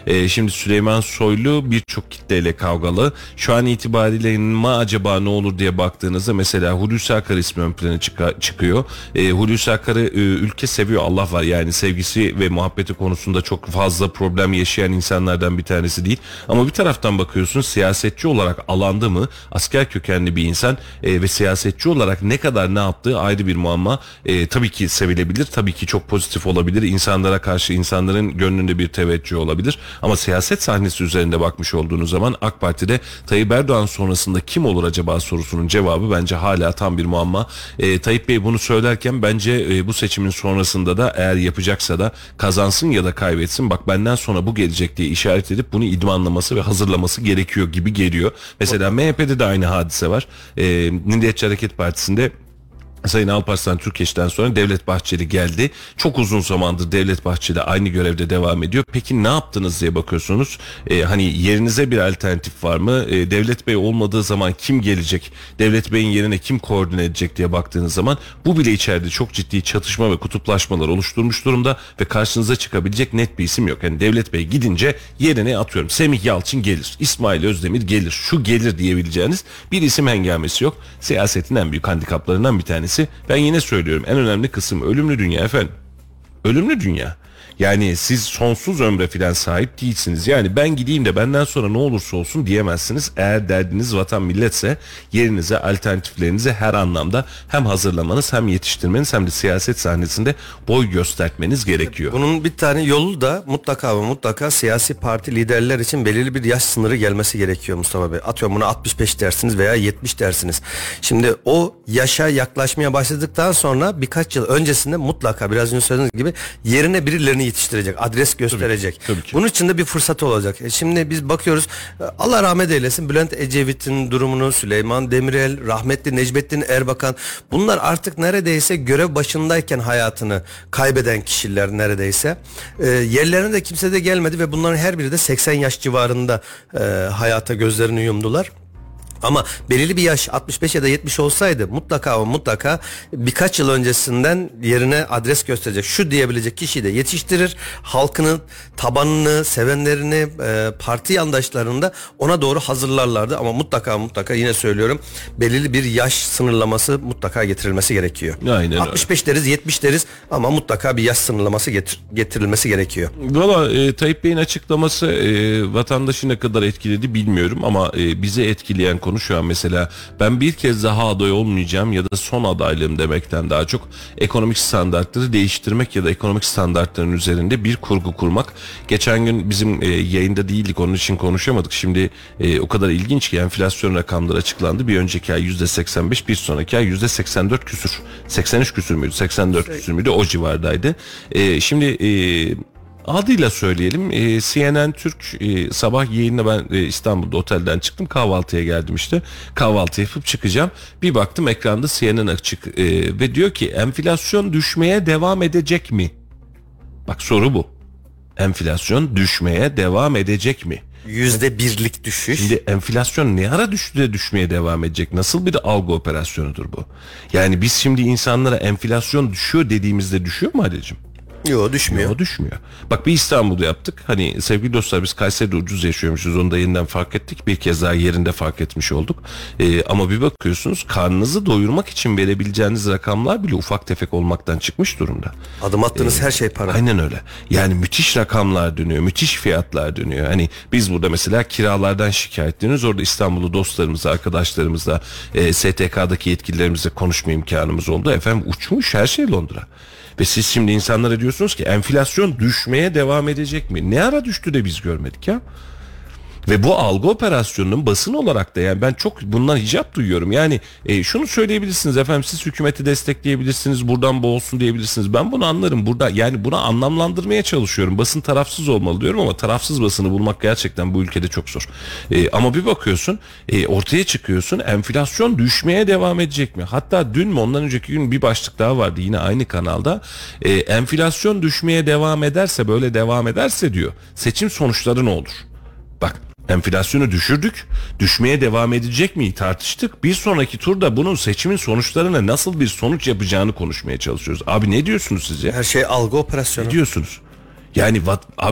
E, şimdi Süleyman Soylu birçok kitleyle kavgalı. Şu an itibariyle ma acaba ne olur diye baktığınızda mesela Hulusi Akar ismi ön plana çıka, çıkıyor. E, Hulusi Akar'ı e, ülke seviyor, Allah var, yani sevgisi ve muhabbeti konusunda çok fazla problem yaşayan insanlardan bir tanesi değil. Ama bir taraftan bakıyorsun, siyasetçi olarak alanda mı, asker kökenli bir insan e, ve siyasetçi olarak ne kadar ne yaptığı ayrı bir muamma. E, tabii ki sevilebilir, tabii ki çok pozitif olabilir, insanlara karşı insanların gönlünde bir teveccüh olabilir. Ama siyaset sahnesi üzerinde bakmış olduğunuz zaman AK Parti'de Tayyip Erdoğan sonrasında kim olur acaba sorusunun cevabı bence hala tam bir muamma. E, Tayyip Bey bunu söylerken bence e, bu seçimin sonrasında da eğer yapacaksa da kazansın ya da kaybetsin, bak benden sonra bu gelecek diye işaret edip bunu idmanlaması ve hazırlaması gerekiyor gibi geliyor. Mesela M H P'de de aynı hadise var. E, Milliyetçi Hareket Partisi'nde Sayın Alparslan Türkeş'ten sonra Devlet Bahçeli geldi. Çok uzun zamandır Devlet Bahçeli aynı görevde devam ediyor. Peki ne yaptınız diye bakıyorsunuz. Ee, hani yerinize bir alternatif var mı? Ee, Devlet Bey olmadığı zaman kim gelecek? Devlet Bey'in yerine kim koordine edecek diye baktığınız zaman bu bile içeride çok ciddi çatışma ve kutuplaşmalar oluşturmuş durumda ve karşınıza çıkabilecek net bir isim yok. Yani Devlet Bey gidince yerine atıyorum Semih Yalçın gelir, İsmail Özdemir gelir, şu gelir diyebileceğiniz bir isim hengamesi yok. Siyasetin en büyük handikaplarından bir tanesi. Ben yine söylüyorum, en önemli kısım ölümlü dünya efendim. Ölümlü dünya. Yani siz sonsuz ömre filan sahip değilsiniz. Yani ben gideyim de benden sonra ne olursa olsun diyemezsiniz. Eğer derdiniz vatan milletse yerinize, alternatiflerinize her anlamda hem hazırlamanız hem yetiştirmeniz hem de siyaset sahnesinde boy göstermeniz gerekiyor. Bunun bir tane yolu da mutlaka ve mutlaka siyasi parti liderler için belirli bir yaş sınırı gelmesi gerekiyor Mustafa Bey. Atıyorum buna altmış beş dersiniz veya yetmiş dersiniz. Şimdi o yaşa yaklaşmaya başladıktan sonra birkaç yıl öncesinde mutlaka biraz önce söylediğiniz gibi yerine birilerini yetiştirecek, adres gösterecek. Tabii, tabii ki. Bunun için de bir fırsat olacak. E şimdi biz bakıyoruz, Allah rahmet eylesin, Bülent Ecevit'in durumunu, Süleyman Demirel, rahmetli Necmettin Erbakan, bunlar artık neredeyse görev başındayken hayatını kaybeden kişiler neredeyse. E, yerlerine de kimse de gelmedi ve bunların her biri de seksen yaş civarında e, hayata gözlerini yumdular. Ama belirli bir yaş altmış beş ya da yetmiş olsaydı mutlaka ama mutlaka birkaç yıl öncesinden yerine adres gösterecek, şu diyebilecek kişiyi de yetiştirir. Halkının tabanını, sevenlerini, e, parti yandaşlarını da ona doğru hazırlarlardı. Ama mutlaka mutlaka yine söylüyorum, belirli bir yaş sınırlaması mutlaka getirilmesi gerekiyor. Aynen altmış beş öyle. deriz, yetmiş deriz ama mutlaka bir yaş sınırlaması getir, getirilmesi gerekiyor. Valla e, Tayyip Bey'in açıklaması e, vatandaşı ne kadar etkiledi bilmiyorum ama e, bizi etkileyen konu şu an mesela ben bir kez daha aday olmayacağım ya da son adaylığım demekten daha çok ekonomik standartları değiştirmek ya da ekonomik standartların üzerinde bir kurgu kurmak. Geçen gün bizim e, yayında değildik, onun için konuşamadık. Şimdi e, o kadar ilginç ki enflasyon rakamları açıklandı. Bir önceki ay yüzde seksen beş, bir sonraki ay yüzde seksen dört küsür. seksen üç küsür müydü? seksen dört küsür müydü? O civardaydı. E, şimdi e, adıyla söyleyelim, e, C N N Türk e, sabah yayınına ben e, İstanbul'da otelden çıktım, kahvaltıya geldim işte, kahvaltı yapıp çıkacağım, bir baktım ekranda C N N açık e, ve diyor ki enflasyon düşmeye devam edecek mi? Bak soru bu, enflasyon düşmeye devam edecek mi? Yüzde birlik düşüş. Şimdi enflasyon ne ara düştü de düşmeye devam edecek? Nasıl bir algı operasyonudur bu? Yani biz şimdi insanlara enflasyon düşüyor dediğimizde düşüyor mu Halil'cim? Yok, düşmüyor. Yok, düşmüyor. Bak bir İstanbul'da yaptık. Hani sevgili dostlar, biz Kayseri'de ucuz yaşıyormuşuz. Onu da yeniden fark ettik. Bir kez daha yerinde fark etmiş olduk. Ee, ama bir bakıyorsunuz, karnınızı doyurmak için verebileceğiniz rakamlar bile ufak tefek olmaktan çıkmış durumda. Adım attığınız ee, her şey para. Aynen öyle. Yani müthiş rakamlar dönüyor. Müthiş fiyatlar dönüyor. Hani biz burada mesela kiralardan şikayetleniyoruz. Orada İstanbul'da dostlarımızla, arkadaşlarımızla, e, S T K'daki yetkililerimizle konuşma imkanımız oldu. Efendim uçmuş her şey Londra. Ve siz şimdi insanlara diyorsunuz ki enflasyon düşmeye devam edecek mi? Ne ara düştü de biz görmedik ya? Ve bu algı operasyonunun basın olarak da, yani ben çok bundan hicap duyuyorum. Yani e, şunu söyleyebilirsiniz efendim, siz hükümeti destekleyebilirsiniz, buradan bu olsun diyebilirsiniz. Ben bunu anlarım burada, yani buna anlamlandırmaya çalışıyorum. Basın tarafsız olmalı diyorum ama tarafsız basını bulmak gerçekten bu ülkede çok zor. E, ama bir bakıyorsun e, ortaya çıkıyorsun, enflasyon düşmeye devam edecek mi? Hatta dün mü ondan önceki gün bir başlık daha vardı yine aynı kanalda. E, enflasyon düşmeye devam ederse, böyle devam ederse diyor, seçim sonuçları ne olur? Bak, enflasyonu düşürdük, düşmeye devam edecek mi tartıştık. Bir sonraki turda bunun seçimin sonuçlarına nasıl bir sonuç yapacağını konuşmaya çalışıyoruz. Abi ne diyorsunuz siz ya? Her şey algı operasyonu. Ne diyorsunuz? Yani vat, abi bak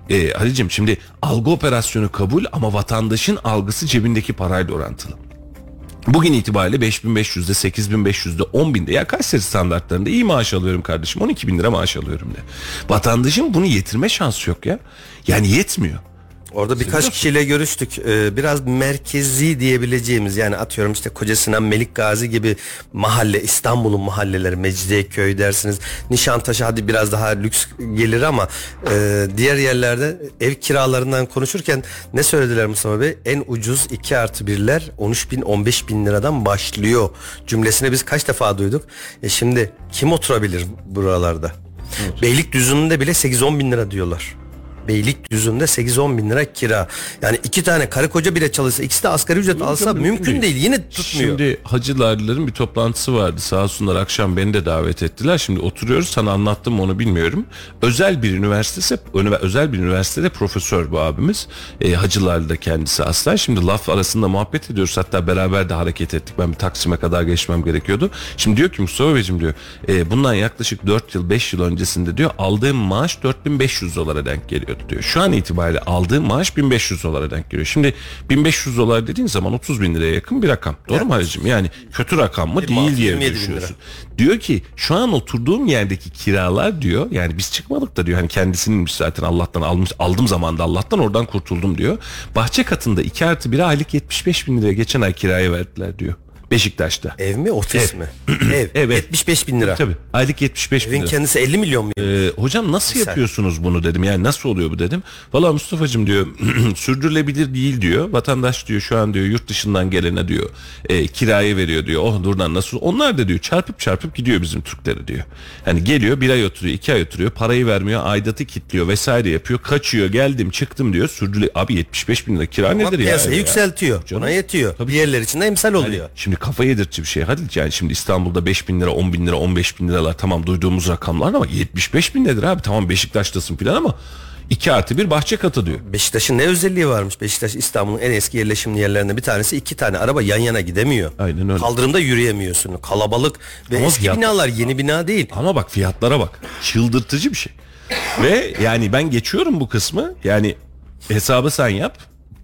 Ee, Halicim şimdi algı operasyonu kabul ama vatandaşın algısı cebindeki parayla orantılı. Bugün itibariyle beş bin beş yüzde, sekiz bin beş yüzde, on binde ya Kayseri standartlarında iyi maaş alıyorum kardeşim, on iki bin lira maaş alıyorum de. Vatandaşın bunu yetirme şansı yok ya. Yani yetmiyor. Orada birkaç kişiyle görüştük. Ee, biraz merkezi diyebileceğimiz, yani atıyorum işte Kocasinan, Melikgazi gibi mahalle, İstanbul'un mahalleleri, Mecidiyeköy dersiniz, Nişantaşı hadi biraz daha lüks gelir ama e, diğer yerlerde ev kiralarından konuşurken ne söylediler Mustafa Bey? En ucuz iki artı birler on üç bin on beş bin liradan başlıyor cümlesini biz kaç defa duyduk. E şimdi kim oturabilir buralarda? Evet. Beylikdüzü'nde bile sekiz on bin lira diyorlar. Beylikdüzü'nde sekiz on bin lira kira. Yani iki tane karı koca bile çalışsa, ikisi de asgari ücret mümkün, alsa mümkün, mümkün değil. değil. Yine tutmuyor. Şimdi Hacılarlıların bir toplantısı vardı. Sağ olsunlar akşam beni de davet ettiler. Şimdi oturuyoruz. Sana anlattım onu bilmiyorum. Özel bir üniversitesi, özel bir üniversitede profesör bu abimiz. E, Hacılarlı'da kendisi aslen. Şimdi laf arasında muhabbet ediyoruz. Hatta beraber de hareket ettik. Ben bir Taksim'e kadar geçmem gerekiyordu. Şimdi diyor ki Mustafa Beyciğim diyor. E, bundan yaklaşık dört yıl beş yıl öncesinde diyor aldığım maaş dört bin beş yüz dolara denk geliyor diyor. Şu an itibariyle aldığım maaş bin beş yüz dolara denk geliyor. Şimdi bin beş yüz dolar dediğin zaman otuz bin liraya yakın bir rakam. Doğru evet. mu Halicim? Yani kötü rakam mı? Değil diye düşünüyorsun. Diyor ki şu an oturduğum yerdeki kiralar diyor, yani biz çıkmadık da diyor, hani kendisininmiş zaten, Allah'tan almış, aldım zamanında Allah'tan oradan kurtuldum diyor. Bahçe katında iki artı bire aylık yetmiş beş bin liraya geçen ay kiraya verdiler diyor. Beşiktaş'ta. Ev mi, ofis Ev. mi? Ev. Evet. yetmiş beş bin lira. Tabii. Aylık yetmiş beş bin lira. Evin kendisi elli milyon mu? Ee, hocam nasıl Sen. yapıyorsunuz bunu dedim. Yani nasıl oluyor bu dedim. Valla Mustafa'cığım diyor sürdürülebilir değil diyor. Vatandaş diyor şu an diyor yurt dışından gelene diyor e, kiraya veriyor diyor. Oh buradan nasıl? Onlar da diyor çarpıp çarpıp gidiyor bizim Türkleri diyor. Hani geliyor bir ay oturuyor, iki ay oturuyor, parayı vermiyor, aidatı kilitliyor vesaire yapıyor. Kaçıyor, geldim çıktım diyor. Sürdürüle abi yetmiş beş bin lira kira ama nedir ya? Piyasayı yükseltiyor. Ona yetiyor. Tabii. Bir yerler için de emsal oluyor. Yani, şimdi kafa yedirtici bir şey. Hadi yani şimdi İstanbul'da beş bin lira, on bin lira, on beş bin liralar tamam duyduğumuz rakamlar ama yetmiş beş bin nedir abi? Tamam Beşiktaş'tasın filan ama iki artı bir bahçe katı diyor. Beşiktaş'ın ne özelliği varmış? Beşiktaş İstanbul'un en eski yerleşimli yerlerinden bir tanesi. İki tane araba yan yana gidemiyor. Aynen öyle. Kaldırımda yürüyemiyorsun. Kalabalık ve ama eski fiyat... binalar, yeni bina değil. Ama bak fiyatlara bak. Çıldırtıcı bir şey. Ve yani ben geçiyorum bu kısmı. Yani hesabı sen yap.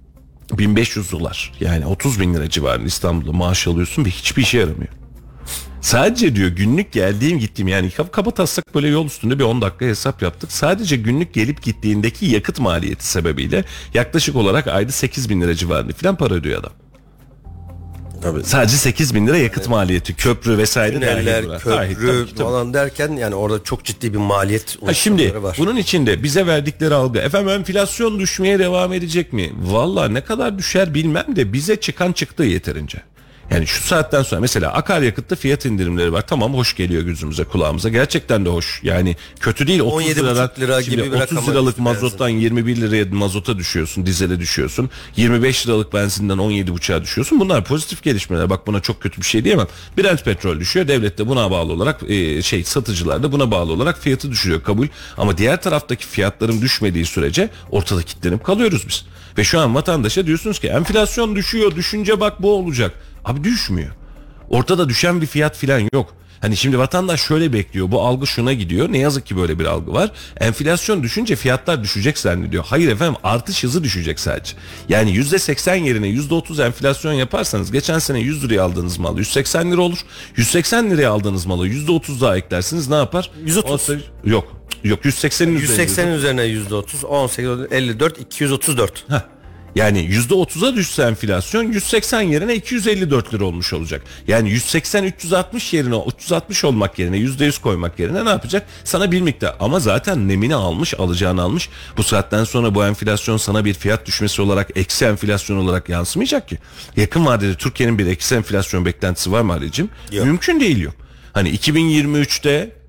bin beş yüz dolar. Yani otuz bin lira civarında İstanbul'da maaş alıyorsun ve hiçbir işe yaramıyor. Sadece diyor günlük geldiğim gittiğim, yani kaba taslak böyle yol üstünde bir on dakika hesap yaptık. Sadece günlük gelip gittiğindeki yakıt maliyeti sebebiyle yaklaşık olarak ayda sekiz bin lira civarında falan para ödüyor adam. Tabii. Sadece sekiz bin lira yakıt evet. maliyeti, köprü vesaire tüneller, köprü dahil, tabii, falan tabii. derken yani orada çok ciddi bir maliyet ha şimdi var. Bunun içinde bize verdikleri algı, efendim enflasyon düşmeye devam edecek mi? Vallahi ne kadar düşer bilmem de bize çıkan çıktı yeterince. Yani şu saatten sonra mesela akaryakıtta fiyat indirimleri var. Tamam, hoş geliyor gözümüze, kulağımıza. Gerçekten de hoş. Yani kötü değil. otuz liradan, lira gibi bir otuz liralık mazottan yirmi bir liraya mazota düşüyorsun, dizele düşüyorsun. yirmi beş liralık benzinden on yedi buçuğa düşüyorsun. Bunlar pozitif gelişmeler. Bak buna çok kötü bir şey diyemem. Brent petrol düşüyor. Devlet de buna bağlı olarak e, şey satıcılar da buna bağlı olarak fiyatı düşürüyor. Kabul. Ama diğer taraftaki fiyatların düşmediği sürece ortada kilitlenip kalıyoruz biz. Ve şu an vatandaşa diyorsunuz ki enflasyon düşüyor. Düşünce bak bu olacak. Abi düşmüyor. Ortada düşen bir fiyat filan yok. Hani şimdi vatandaş şöyle bekliyor. Bu algı şuna gidiyor. Ne yazık ki böyle bir algı var. Enflasyon düşünce fiyatlar düşecek zannediyor. Hayır efendim, artış hızı düşecek sadece. Yani yüzde seksen yerine yüzde otuz enflasyon yaparsanız geçen sene yüz liraya aldığınız mal yüz seksen lira olur. yüz seksen liraya aldığınız malı yüzde otuz daha eklersiniz. Ne yapar? yüz otuz. Yok. Yok yüz seksenin yüz seksenin üzerine yüzde otuz. on sekiz, elli dört, iki yüz otuz dört. Heh. Yani yüzde otuza düşse enflasyon yüz seksen yerine iki yüz elli dört lira olmuş olacak. Yani yüz seksen üç yüz altmış yerine üç yüz altmış olmak yerine yüzde yüz koymak yerine ne yapacak? Sana bir miktar, ama zaten nemini almış, alacağını almış. Bu saatten sonra bu enflasyon sana bir fiyat düşmesi olarak, eksi enflasyon olarak yansımayacak ki. Yakın vadede Türkiye'nin bir eksi enflasyon beklentisi var mı Ali'cim? Mümkün değil yok. Hani iki bin yirmi üçte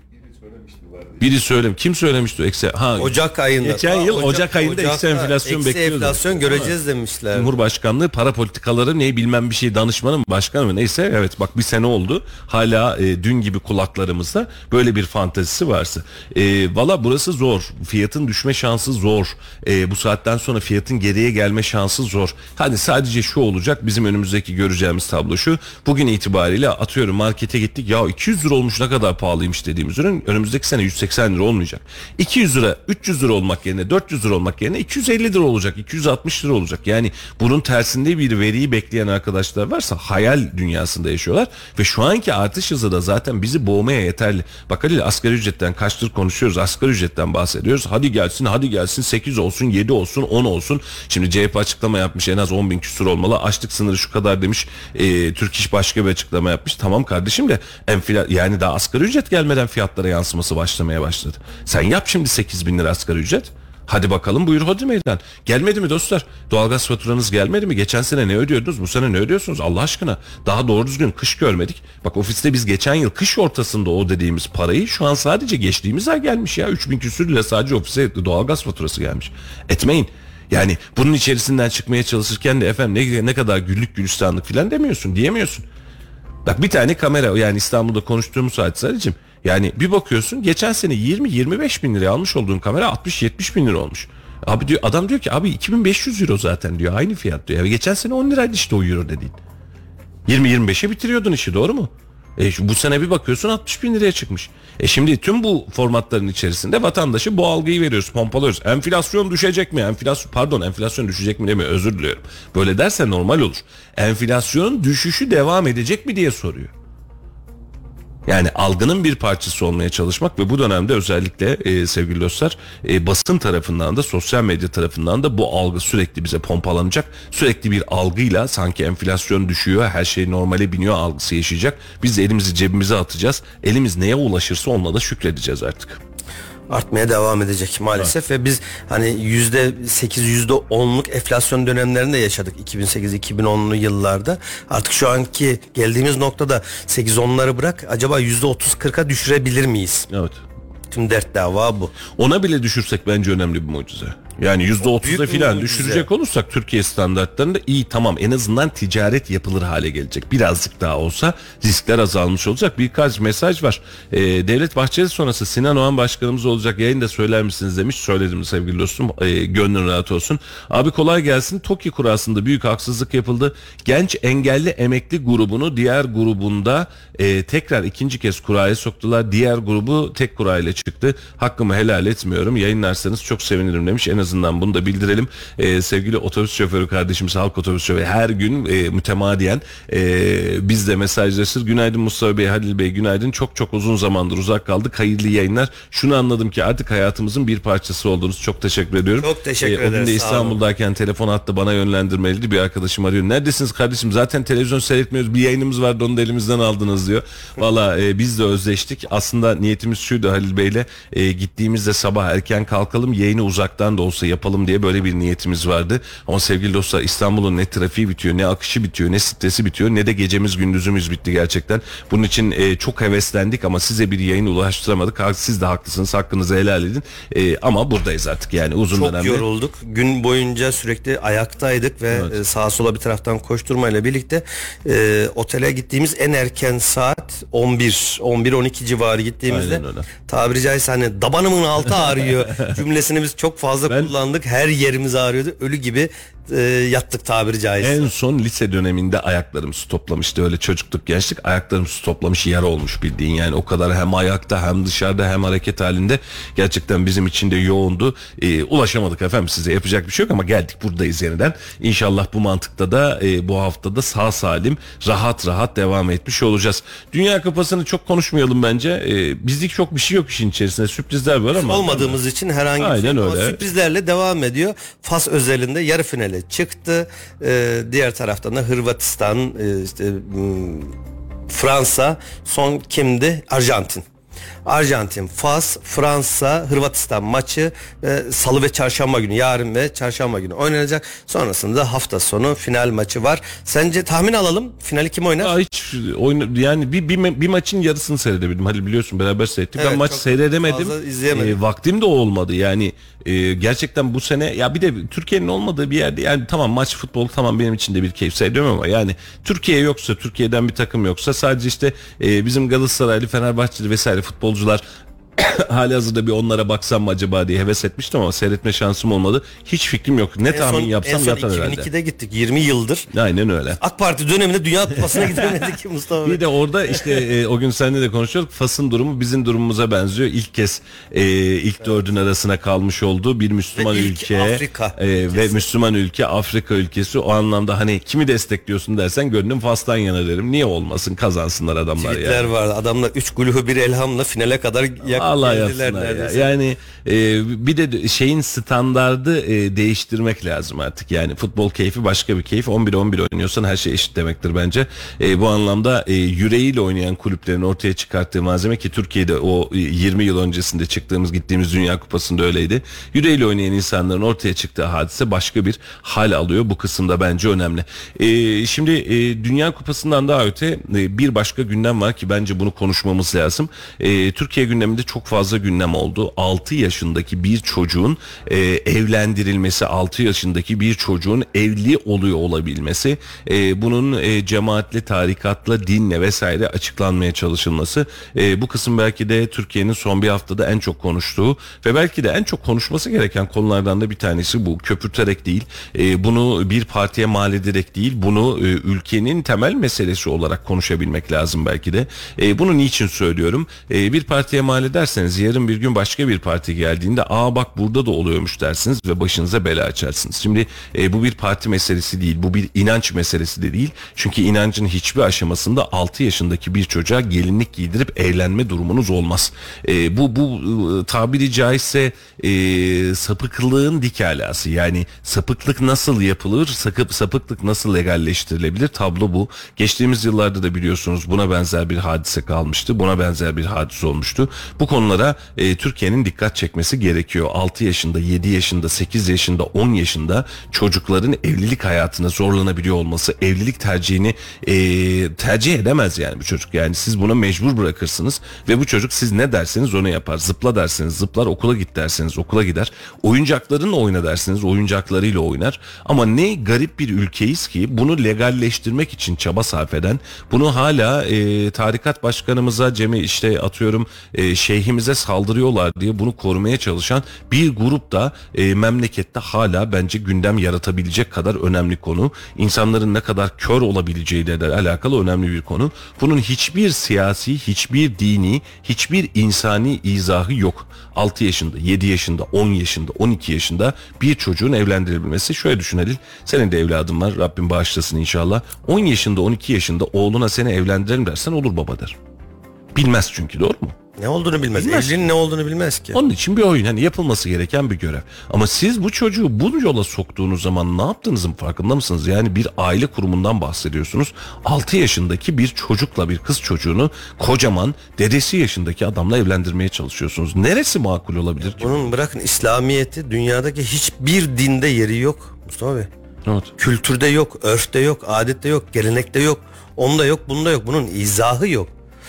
biri söylem. Kim söylemişti? Eksi. Ha, Ocak ayında. Geçen yıl Ocak, Ocak ayında eksi enflasyon eksi bekliyordu. enflasyon göreceğiz demişler. Cumhurbaşkanlığı para politikaları ne bilmem bir şey danışmanı mı, başkanı mı neyse, evet bak bir sene oldu. Hala e, dün gibi kulaklarımızda böyle bir fantezisi varsa. E, Valla burası zor. Fiyatın düşme şansı zor. E, bu saatten sonra fiyatın geriye gelme şansı zor. Hani sadece şu olacak, bizim önümüzdeki göreceğimiz tablo şu. Bugün itibariyle atıyorum markete gittik, ya iki yüz lira olmuş, ne kadar pahalıymış dediğimiz ürün önümüzdeki sene yüz seksen seksen lira olmayacak. iki yüz lira, üç yüz lira olmak yerine, dört yüz lira olmak yerine iki yüz elli lira olacak, iki yüz altmış lira olacak. Yani bunun tersinde bir veriyi bekleyen arkadaşlar varsa hayal dünyasında yaşıyorlar ve şu anki artış hızı da zaten bizi boğmaya yeterli. Bak Halil, asgari ücretten kaçtır konuşuyoruz, asgari ücretten bahsediyoruz. Hadi gelsin, hadi gelsin, sekiz olsun, yedi olsun, on olsun. Şimdi C H P açıklama yapmış, en az on bin küsur olmalı. Açlık sınırı şu kadar demiş. E, Türk İş başka bir açıklama yapmış. Tamam kardeşim de enfla, yani daha asgari ücret gelmeden fiyatlara yansıması başlamaya başladı. Sen yap şimdi sekiz bin lira asgari ücret. Hadi bakalım, buyur hadi meydan. Gelmedi mi dostlar? Doğalgaz faturanız gelmedi mi? Geçen sene ne ödüyordunuz? Bu sene ne ödüyorsunuz? Allah aşkına. Daha doğru düzgün kış görmedik. Bak ofiste biz geçen yıl kış ortasında o dediğimiz parayı şu an sadece geçtiğimiz ay gelmiş ya. üç bin küsür lira sadece ofise doğalgaz faturası gelmiş. Etmeyin. Yani bunun içerisinden çıkmaya çalışırken de efendim ne, ne kadar güllük gülistanlık filan demiyorsun, diyemiyorsun. Bak bir tane kamera, yani İstanbul'da konuştuğumuz saat sadece. Yani bir bakıyorsun geçen sene yirmi yirmi beş bin liraya almış olduğun kamera altmış yetmiş bin lira olmuş. Abi diyor, adam diyor ki abi iki bin beş yüz euro zaten diyor, aynı fiyat diyor. Ya geçen sene on liraydı işte o euro dediğin. yirmi yirmi beşe bitiriyordun işi, doğru mu? E şu, bu sene bir bakıyorsun altmış bin liraya çıkmış. E şimdi tüm bu formatların içerisinde vatandaşı bu algıyı veriyoruz, pompalıyoruz. Enflasyon düşecek mi? Enflasyon, pardon enflasyon düşecek mi demiyor, özür diliyorum. Böyle derse normal olur. Enflasyonun düşüşü devam edecek mi diye soruyor. Yani algının bir parçası olmaya çalışmak ve bu dönemde özellikle e, sevgili dostlar e, basın tarafından da sosyal medya tarafından da bu algı sürekli bize pompalanacak. Sürekli bir algıyla sanki enflasyon düşüyor, her şey normale biniyor algısı yaşayacak. Biz de elimizi cebimize atacağız. Elimiz neye ulaşırsa onunla da şükredeceğiz artık. Artmaya devam edecek maalesef, evet. Ve biz hani yüzde sekiz yüzde onluk enflasyon dönemlerinde yaşadık iki bin sekiz iki bin onlu yıllarda. Artık şu anki geldiğimiz noktada sekiz onları bırak, acaba yüzde otuz kırka düşürebilir miyiz? Evet. Tüm dert dava bu. Ona bile düşürsek bence önemli bir mucize. Yani yüzde otuza filan düşürecek olursak Türkiye standartlarında iyi, tamam, en azından ticaret yapılır hale gelecek. Birazcık daha olsa riskler azalmış olacak. Birkaç mesaj var. Ee, Devlet Bahçeli sonrası Sinan Oğan başkanımız olacak, yayında söyler misiniz demiş. Söyledim sevgili dostum. Ee, gönlün rahat olsun. Abi kolay gelsin. TOKİ kurasında büyük haksızlık yapıldı. Genç engelli emekli grubunu diğer grubunda e, tekrar ikinci kez kuraya soktular. Diğer grubu tek kurayla çıktı. Hakkımı helal etmiyorum. Yayınlarsanız çok sevinirim demiş. En azından bunu da bildirelim. Ee, sevgili otobüs şoförü kardeşimiz, halk otobüs şoförü her gün e, mütemadiyen e, bizle mesajlaşır. Günaydın Mustafa Bey, Halil Bey günaydın. Çok çok uzun zamandır uzak kaldık. Hayırlı yayınlar. Şunu anladım ki artık hayatımızın bir parçası oldunuz. Çok teşekkür ediyorum. Çok teşekkür ee, ederiz. O gün de İstanbul'dayken telefon attı, bana yönlendirmeliydi. Bir arkadaşım arıyor. Neredesiniz kardeşim? Zaten televizyon seyretmiyoruz. Bir yayınımız vardı, onu da elimizden aldınız diyor. Valla e, biz de özleştik. Aslında niyetimiz şuydu Halil Bey'le. E, gittiğimizde sabah erken kalkalım, yayını uzaktan da olsa yapalım diye böyle bir niyetimiz vardı. Ama sevgili dostlar, İstanbul'un ne trafiği bitiyor, ne akışı bitiyor, ne stresi bitiyor, ne de gecemiz gündüzümüz bitti gerçekten. Bunun için e, çok heveslendik ama size bir yayın ulaştıramadık. Siz de haklısınız, hakkınızı helal edin. E, ama buradayız artık yani uzun çok dönemde. Çok yorulduk. Gün boyunca sürekli ayaktaydık ve evet. sağa sola bir taraftan koşturmayla birlikte e, otele gittiğimiz en erken saat on bir on bir on iki civarı gittiğimizde tabiri caizse hani dabanımın altı ağrıyor cümlesini biz çok fazla ben, kullandık. Her yerimiz ağrıyordu. Ölü gibi e, yattık tabiri caizse. En son lise döneminde ayaklarım su toplamıştı. Öyle çocukluk, gençlik, ayaklarım su toplamış, yara olmuş bildiğin. Yani o kadar hem ayakta hem dışarıda hem hareket halinde gerçekten bizim için de yoğundu. E, ulaşamadık efendim size, yapacak bir şey yok ama geldik, buradayız yeniden. İnşallah bu mantıkta da e, bu haftada sağ salim rahat rahat devam etmiş olacağız. Dünya Kupası'nı çok konuşmayalım bence. E, bizlik çok bir şey yok işin içerisinde. Sürprizler var ama. Olmadığımız için herhangi bir şey yok. Sürprizlerle devam ediyor. Fas özelinde yarı finale çıktı. Ee, diğer taraftan da Hırvatistan, e, işte m, Fransa, son kimdi? Arjantin. Arjantin, Fas, Fransa, Hırvatistan maçı e, salı ve çarşamba günü, yarın ve çarşamba günü oynanacak. Sonrasında hafta sonu final maçı var. Sence tahmin alalım. Finali kim oynar? Aa, hiç oyna, yani bir, bir bir maçın yarısını seyredebildim. Hadi biliyorsun beraber seyrettik. Evet, ben maç seyredemedim. E, vaktim de olmadı. Yani e, gerçekten bu sene ya bir de Türkiye'nin olmadığı bir yerde, yani tamam maç futbolu tamam benim için de bir keyif seyrediyorum ama yani Türkiye yoksa, Türkiye'den bir takım yoksa, sadece işte e, bizim Galatasaraylı, Fenerbahçeli vesaire futbolcular halihazırda bir onlara baksam mı acaba diye heves etmiştim ama seyretme şansım olmadı. Hiç fikrim yok. Ne En tahmin son, yapsam en son yatar herhalde. iki bin ikide gittik yirmi yıldır. Aynen öyle. AK Parti döneminde Dünya Kupası'na gidemedik Mustafa Bey. Bir de orada işte e, o gün seninle de konuşuyorduk. Fas'ın durumu bizim durumumuza benziyor. İlk kez e, ilk evet. dördün arasına kalmış olduğu bir Müslüman ve ülke Afrika e, ve Müslüman ülke, Afrika ülkesi. O anlamda hani kimi destekliyorsun dersen gönlüm Fas'tan yana derim. Niye olmasın, kazansınlar adamlar. Tweetler yani. Vardı. Adamlar üç gulhu bir elhamla finale kadar geldiler neredeyse. Ya. Yani e, bir de şeyin standardı e, değiştirmek lazım artık. Yani futbol keyfi başka bir keyif. on bir on bir oynuyorsan her şey eşit demektir bence. E, bu anlamda e, yüreğiyle oynayan kulüplerin ortaya çıkarttığı malzeme, ki Türkiye'de o yirmi yıl öncesinde çıktığımız gittiğimiz Dünya Kupası'nda öyleydi. Yüreğiyle oynayan insanların ortaya çıktığı hadise başka bir hal alıyor. Bu kısımda bence önemli. E, şimdi e, Dünya Kupası'ndan daha öte e, bir başka gündem var ki bence bunu konuşmamız lazım. E, Türkiye gündeminde çok fazla gündem oldu. altı yaşındaki bir çocuğun e, evlendirilmesi, altı yaşındaki bir çocuğun evli oluyor olabilmesi, e, bunun e, cemaatle, tarikatla, dinle vesaire açıklanmaya çalışılması. E, bu kısım belki de Türkiye'nin son bir haftada en çok konuştuğu ve belki de en çok konuşması gereken konulardan da bir tanesi bu. Köpürterek değil, e, bunu bir partiye mal ederek değil, bunu e, ülkenin temel meselesi olarak konuşabilmek lazım belki de. E, bunu niçin söylüyorum? E, bir partiye mal ederseniz yarın bir gün başka bir parti geldiğinde aa bak burada da oluyormuş dersiniz ve başınıza bela açarsınız. Şimdi e, bu bir parti meselesi değil, bu bir inanç meselesi de değil. Çünkü inancın hiçbir aşamasında altı yaşındaki bir çocuğa gelinlik giydirip evlenme durumunuz olmaz. E, bu bu e, tabiri caizse e, sapıklığın dik alası. Yani sapıklık nasıl yapılır, sakıp sapıklık nasıl legalleştirilebilir? Tablo bu. Geçtiğimiz yıllarda da biliyorsunuz buna benzer bir hadise kalmıştı. Buna benzer bir hadise olmuştu. Bu konulara e, Türkiye'nin dikkat çekmesi gerekiyor. altı yaşında, yedi yaşında, sekiz yaşında, on yaşında çocukların evlilik hayatına zorlanabiliyor olması, evlilik tercihini e, tercih edemez yani bu çocuk. Yani siz buna mecbur bırakırsınız ve bu çocuk siz ne derseniz onu yapar. Zıpla derseniz zıplar, okula git derseniz okula gider. Oyuncaklarınla oyna derseniz oyuncaklarıyla oynar. Ama ne garip bir ülkeyiz ki bunu legalleştirmek için çaba sarf eden, bunu hala e, tarikat başkanımıza, Cem'e işte atıyorum e, şeyhimize saldırıyorlar diye bunu korumaya çalışan bir grup da e, memlekette hala bence gündem yaratabilecek kadar önemli konu. İnsanların ne kadar kör olabileceğiyle de alakalı önemli bir konu. Bunun hiçbir siyasi, hiçbir dini, hiçbir insani izahı yok. altı yaşında, yedi yaşında, on yaşında, on iki yaşında bir çocuğun evlendirilmesi. Şöyle düşün Halil, senin de evladın var, Rabbim bağışlasın inşallah. on yaşında, on iki yaşında oğluna seni evlendirelim dersen olur baba der. Bilmez çünkü, doğru mu? Ne olduğunu bilmez. Bilmez. Evliliğin ne olduğunu bilmez ki. Onun için bir oyun, hani yapılması gereken bir görev. Ama siz bu çocuğu bu yola soktuğunuz zaman ne yaptığınızın farkında mısınız? Yani bir aile kurumundan bahsediyorsunuz. altı yaşındaki bir çocukla, bir kız çocuğunu kocaman dedesi yaşındaki adamla evlendirmeye çalışıyorsunuz. Neresi makul olabilir ki? Bunun bırakın İslamiyeti, dünyadaki hiçbir dinde yeri yok Mustafa Bey. Evet. Kültürde yok, örfte yok, adette yok, gelenekte yok. Onda yok, bunda yok. Bunun izahı yok.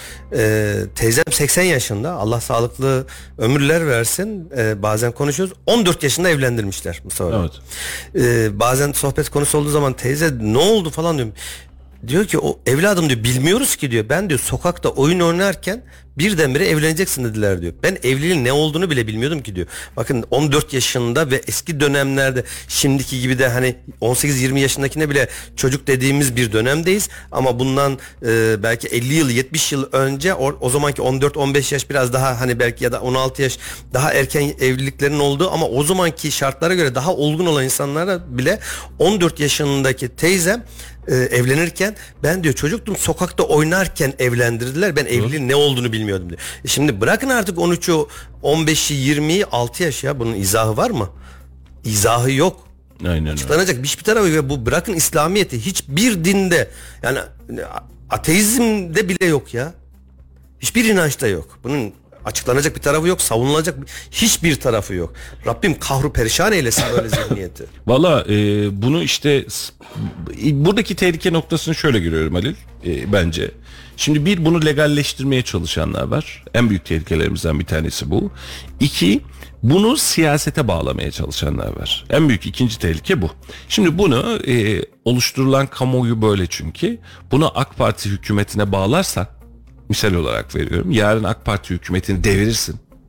Ee, teyzem seksen yaşında, Allah sağlıklı ömürler versin, ee, bazen konuşuyoruz, on dört yaşında evlendirmişler Mustafa. Evet. Ee, bazen sohbet konusu olduğu zaman teyze ne oldu falan diyorum. Diyor ki o evladım diyor, bilmiyoruz ki diyor, ben diyor sokakta oyun oynarken birdenbire evleneceksin dediler diyor. Ben evliliğin ne olduğunu bile bilmiyordum ki diyor. Bakın on dört yaşında ve eski dönemlerde şimdiki gibi de hani on sekiz yirmi yaşındakine bile çocuk dediğimiz bir dönemdeyiz. Ama bundan e, belki elli yıl yetmiş yıl önce o, o zamanki on dört on beş yaş biraz daha hani belki ya da on altı yaş daha erken evliliklerin olduğu ama o zamanki şartlara göre daha olgun olan insanlara bile on dört yaşındaki teyzem e, evlenirken ben diyor çocuktum, sokakta oynarken evlendirdiler. Ben evliliğin ne olduğunu bilmiyordum diyor. E şimdi bırakın artık on üçü, on beşi, yirmiyi, altı yaş ya, bunun izahı var mı? İzahı yok. Aynen. Açıklanacak bir hiçbir tarafı ve bu bırakın İslamiyet'i, hiçbir dinde, yani ateizmde bile yok ya. Hiçbir inançta yok. Bunun açıklanacak bir tarafı yok, savunulacak hiçbir tarafı yok. Rabbim kahru perişan eylesin böyle zihniyeti. Valla e, bunu işte buradaki tehlike noktasını şöyle görüyorum Halil, e, bence. Şimdi bir, bunu legalleştirmeye çalışanlar var. En büyük tehlikelerimizden bir tanesi bu. İki, bunu siyasete bağlamaya çalışanlar var. En büyük ikinci tehlike bu. Şimdi bunu e, oluşturulan kamuoyu böyle çünkü. Bunu AK Parti hükümetine bağlarsak, misal olarak veriyorum, yarın AK Parti hükümetini devirirsin.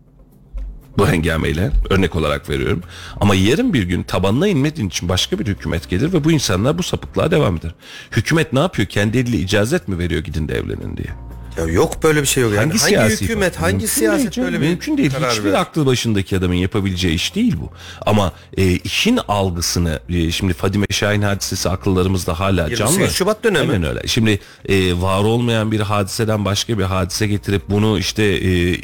Bu hengameyle örnek olarak veriyorum. Ama yarın bir gün tabanına inmediğin için başka bir hükümet gelir ve bu insanlar bu sapıklığa devam eder. Hükümet ne yapıyor? Kendi eliyle icazet mi veriyor gidin de evlenin diye? Ya yok böyle bir şey yok. Yani Hangi, hangi siyasi hükümet, hangi mümkün siyaset değil canım, böyle bir mümkün değil. karar Hiçbir verir? aklı başındaki adamın yapabileceği iş değil bu. Ama e, işin algısını e, şimdi Fadime Şahin hadisesi akıllarımızda hala yirmi canlı. sekiz Şubat dönemi. Hemen öyle. Şimdi e, var olmayan bir hadiseden başka bir hadise getirip bunu işte e,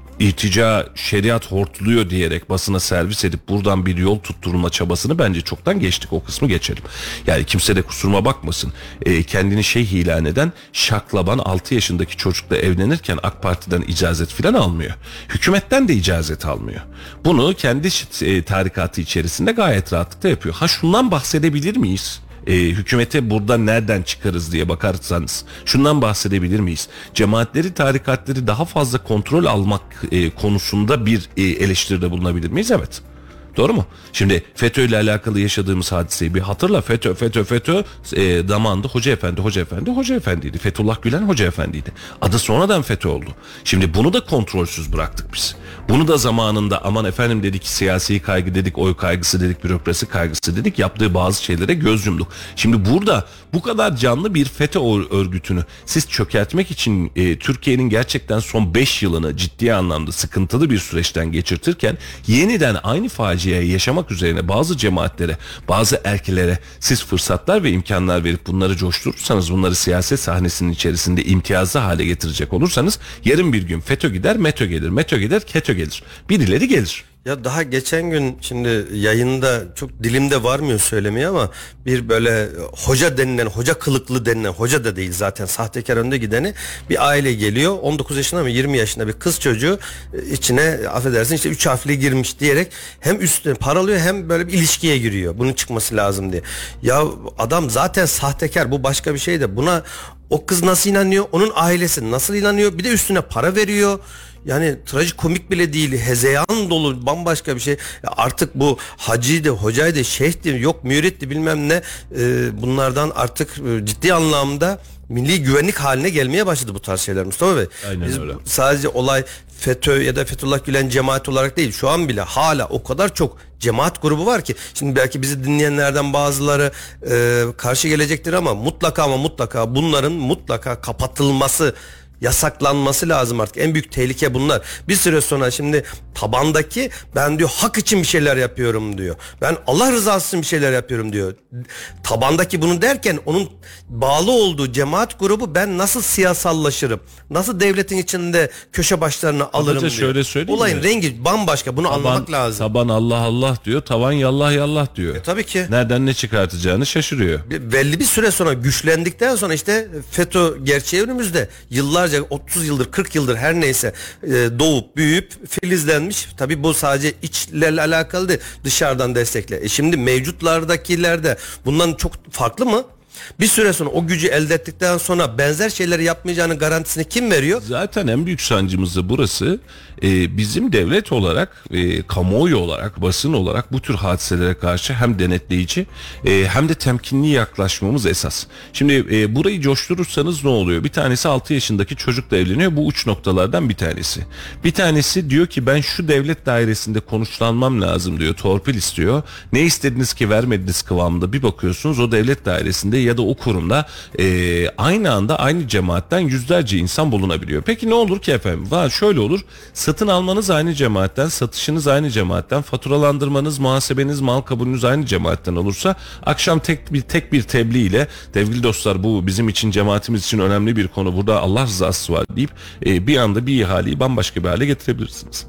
irtica şeriat hortluyor diyerek basına servis edip buradan bir yol tutturma çabasını bence çoktan geçtik, o kısmı geçelim. Yani kimse de kusuruma bakmasın. E, kendini şeyh ilan eden şaklaban altı yaşındaki çocukla evlenirken AK Parti'den icazet filan almıyor. Hükümetten de icazet almıyor. Bunu kendi e, tarikatı içerisinde gayet rahatlıkla yapıyor. Ha şundan bahsedebilir miyiz? E, hükümete burada nereden çıkarız diye bakarsanız şundan bahsedebilir miyiz? Cemaatleri, tarikatları daha fazla kontrol almak e, konusunda bir e, eleştiride bulunabilir miyiz? Evet. Doğru mu? Şimdi FETÖ ile alakalı yaşadığımız hadiseyi bir hatırla. FETÖ, FETÖ, FETÖ e, zamanında Hoca Efendi, Hoca Efendi, Hoca Efendi'ydi. Fethullah Gülen Hoca Efendi'ydi. Adı sonradan FETÖ oldu. Şimdi bunu da kontrolsüz bıraktık biz. Bunu da zamanında aman efendim dedik, siyasi kaygı dedik, oy kaygısı dedik, bürokrasi kaygısı dedik, yaptığı bazı şeylere göz yumduk. Şimdi burada bu kadar canlı bir FETÖ örgütünü siz çökertmek için e, Türkiye'nin gerçekten son beş yılını ciddi anlamda sıkıntılı bir süreçten geçirtirken yeniden aynı facia yaşamak üzerine bazı cemaatlere, bazı erkelere siz fırsatlar ve imkanlar verip bunları coşturursanız, bunları siyaset sahnesinin içerisinde imtiyazlı hale getirecek olursanız yarın bir gün FETÖ gider, METÖ gelir, METÖ gider, KETÖ gelir. Birileri gelir. Ya daha geçen gün şimdi yayında çok dilimde varmıyor söylemeye ama bir böyle hoca denilen, hoca kılıklı denilen, hoca da değil zaten, sahtekar önde gideni bir aile geliyor. on dokuz yaşında mı yirmi yaşında bir kız çocuğu içine affedersin işte üç harfli girmiş diyerek hem üstüne paralıyor hem böyle bir ilişkiye giriyor. Bunun çıkması lazım diye. Ya adam zaten sahtekar, bu başka bir şey de buna o kız nasıl inanıyor? Onun ailesi nasıl inanıyor? Bir de üstüne para veriyor. Yani trajikomik bile değil, hezeyan dolu bambaşka bir şey. Ya artık bu hacıydı, hocaydı, şeyhti, yok müritti bilmem ne, e, bunlardan artık e, ciddi anlamda milli güvenlik haline gelmeye başladı bu tarz şeyler Mustafa Bey. Aynen Biz öyle. sadece olay FETÖ ya da Fethullah Gülen cemaat olarak değil, şu an bile hala o kadar çok cemaat grubu var ki, şimdi belki bizi dinleyenlerden bazıları e, karşı gelecektir ama mutlaka ama mutlaka bunların mutlaka kapatılması, yasaklanması lazım artık. En büyük tehlike bunlar. Bir süre sonra şimdi tabandaki ben diyor hak için bir şeyler yapıyorum diyor. Ben Allah rızası için bir şeyler yapıyorum diyor. Tabandaki bunu derken onun bağlı olduğu cemaat grubu ben nasıl siyasallaşırım? Nasıl devletin içinde köşe başlarını alırım diyor. Şöyle söyleyeyim Olayın mi? rengi bambaşka. Bunu Taban, anlamak lazım. taban Allah Allah diyor, tavan yallah yallah diyor. E, tabii ki. Nereden ne çıkartacağını şaşırıyor. Belli bir süre sonra güçlendikten sonra işte FETÖ gerçeği önümüzde. Yıllarca otuz yıldır kırk yıldır her neyse e, doğup büyüyüp filizlenmiş. Tabii bu sadece içlerle alakalı değil, dışarıdan destekle. E şimdi mevcutlardakiler de bundan çok farklı mı? Bir süre sonra o gücü elde ettikten sonra benzer şeyleri yapmayacağının garantisini kim veriyor? Zaten en büyük sancımız da burası. Ee, bizim devlet olarak, e, kamuoyu olarak, basın olarak bu tür hadiselere karşı hem denetleyici e, hem de temkinli yaklaşmamız esas. Şimdi e, burayı coşturursanız ne oluyor? Bir tanesi altı yaşındaki çocukla evleniyor. Bu uç noktalardan bir tanesi. Bir tanesi diyor ki ben şu devlet dairesinde konuşlanmam lazım diyor. Torpil istiyor. Ne istediniz ki vermediniz kıvamında. Bir bakıyorsunuz o devlet dairesinde ya da o kurumda e, aynı anda aynı cemaatten yüzlerce insan bulunabiliyor. Peki ne olur ki efendim? Va şöyle olur. Satın almanız aynı cemaatten, satışınız aynı cemaatten, faturalandırmanız, muhasebeniz, mal kabulünüz aynı cemaatten olursa akşam tek bir tek bir tebliğ ile sevgili dostlar bu bizim için, cemaatimiz için önemli bir konu. Burada Allah rızası var deyip e, bir anda bir ihaleyi bambaşka bir hale getirebilirsiniz.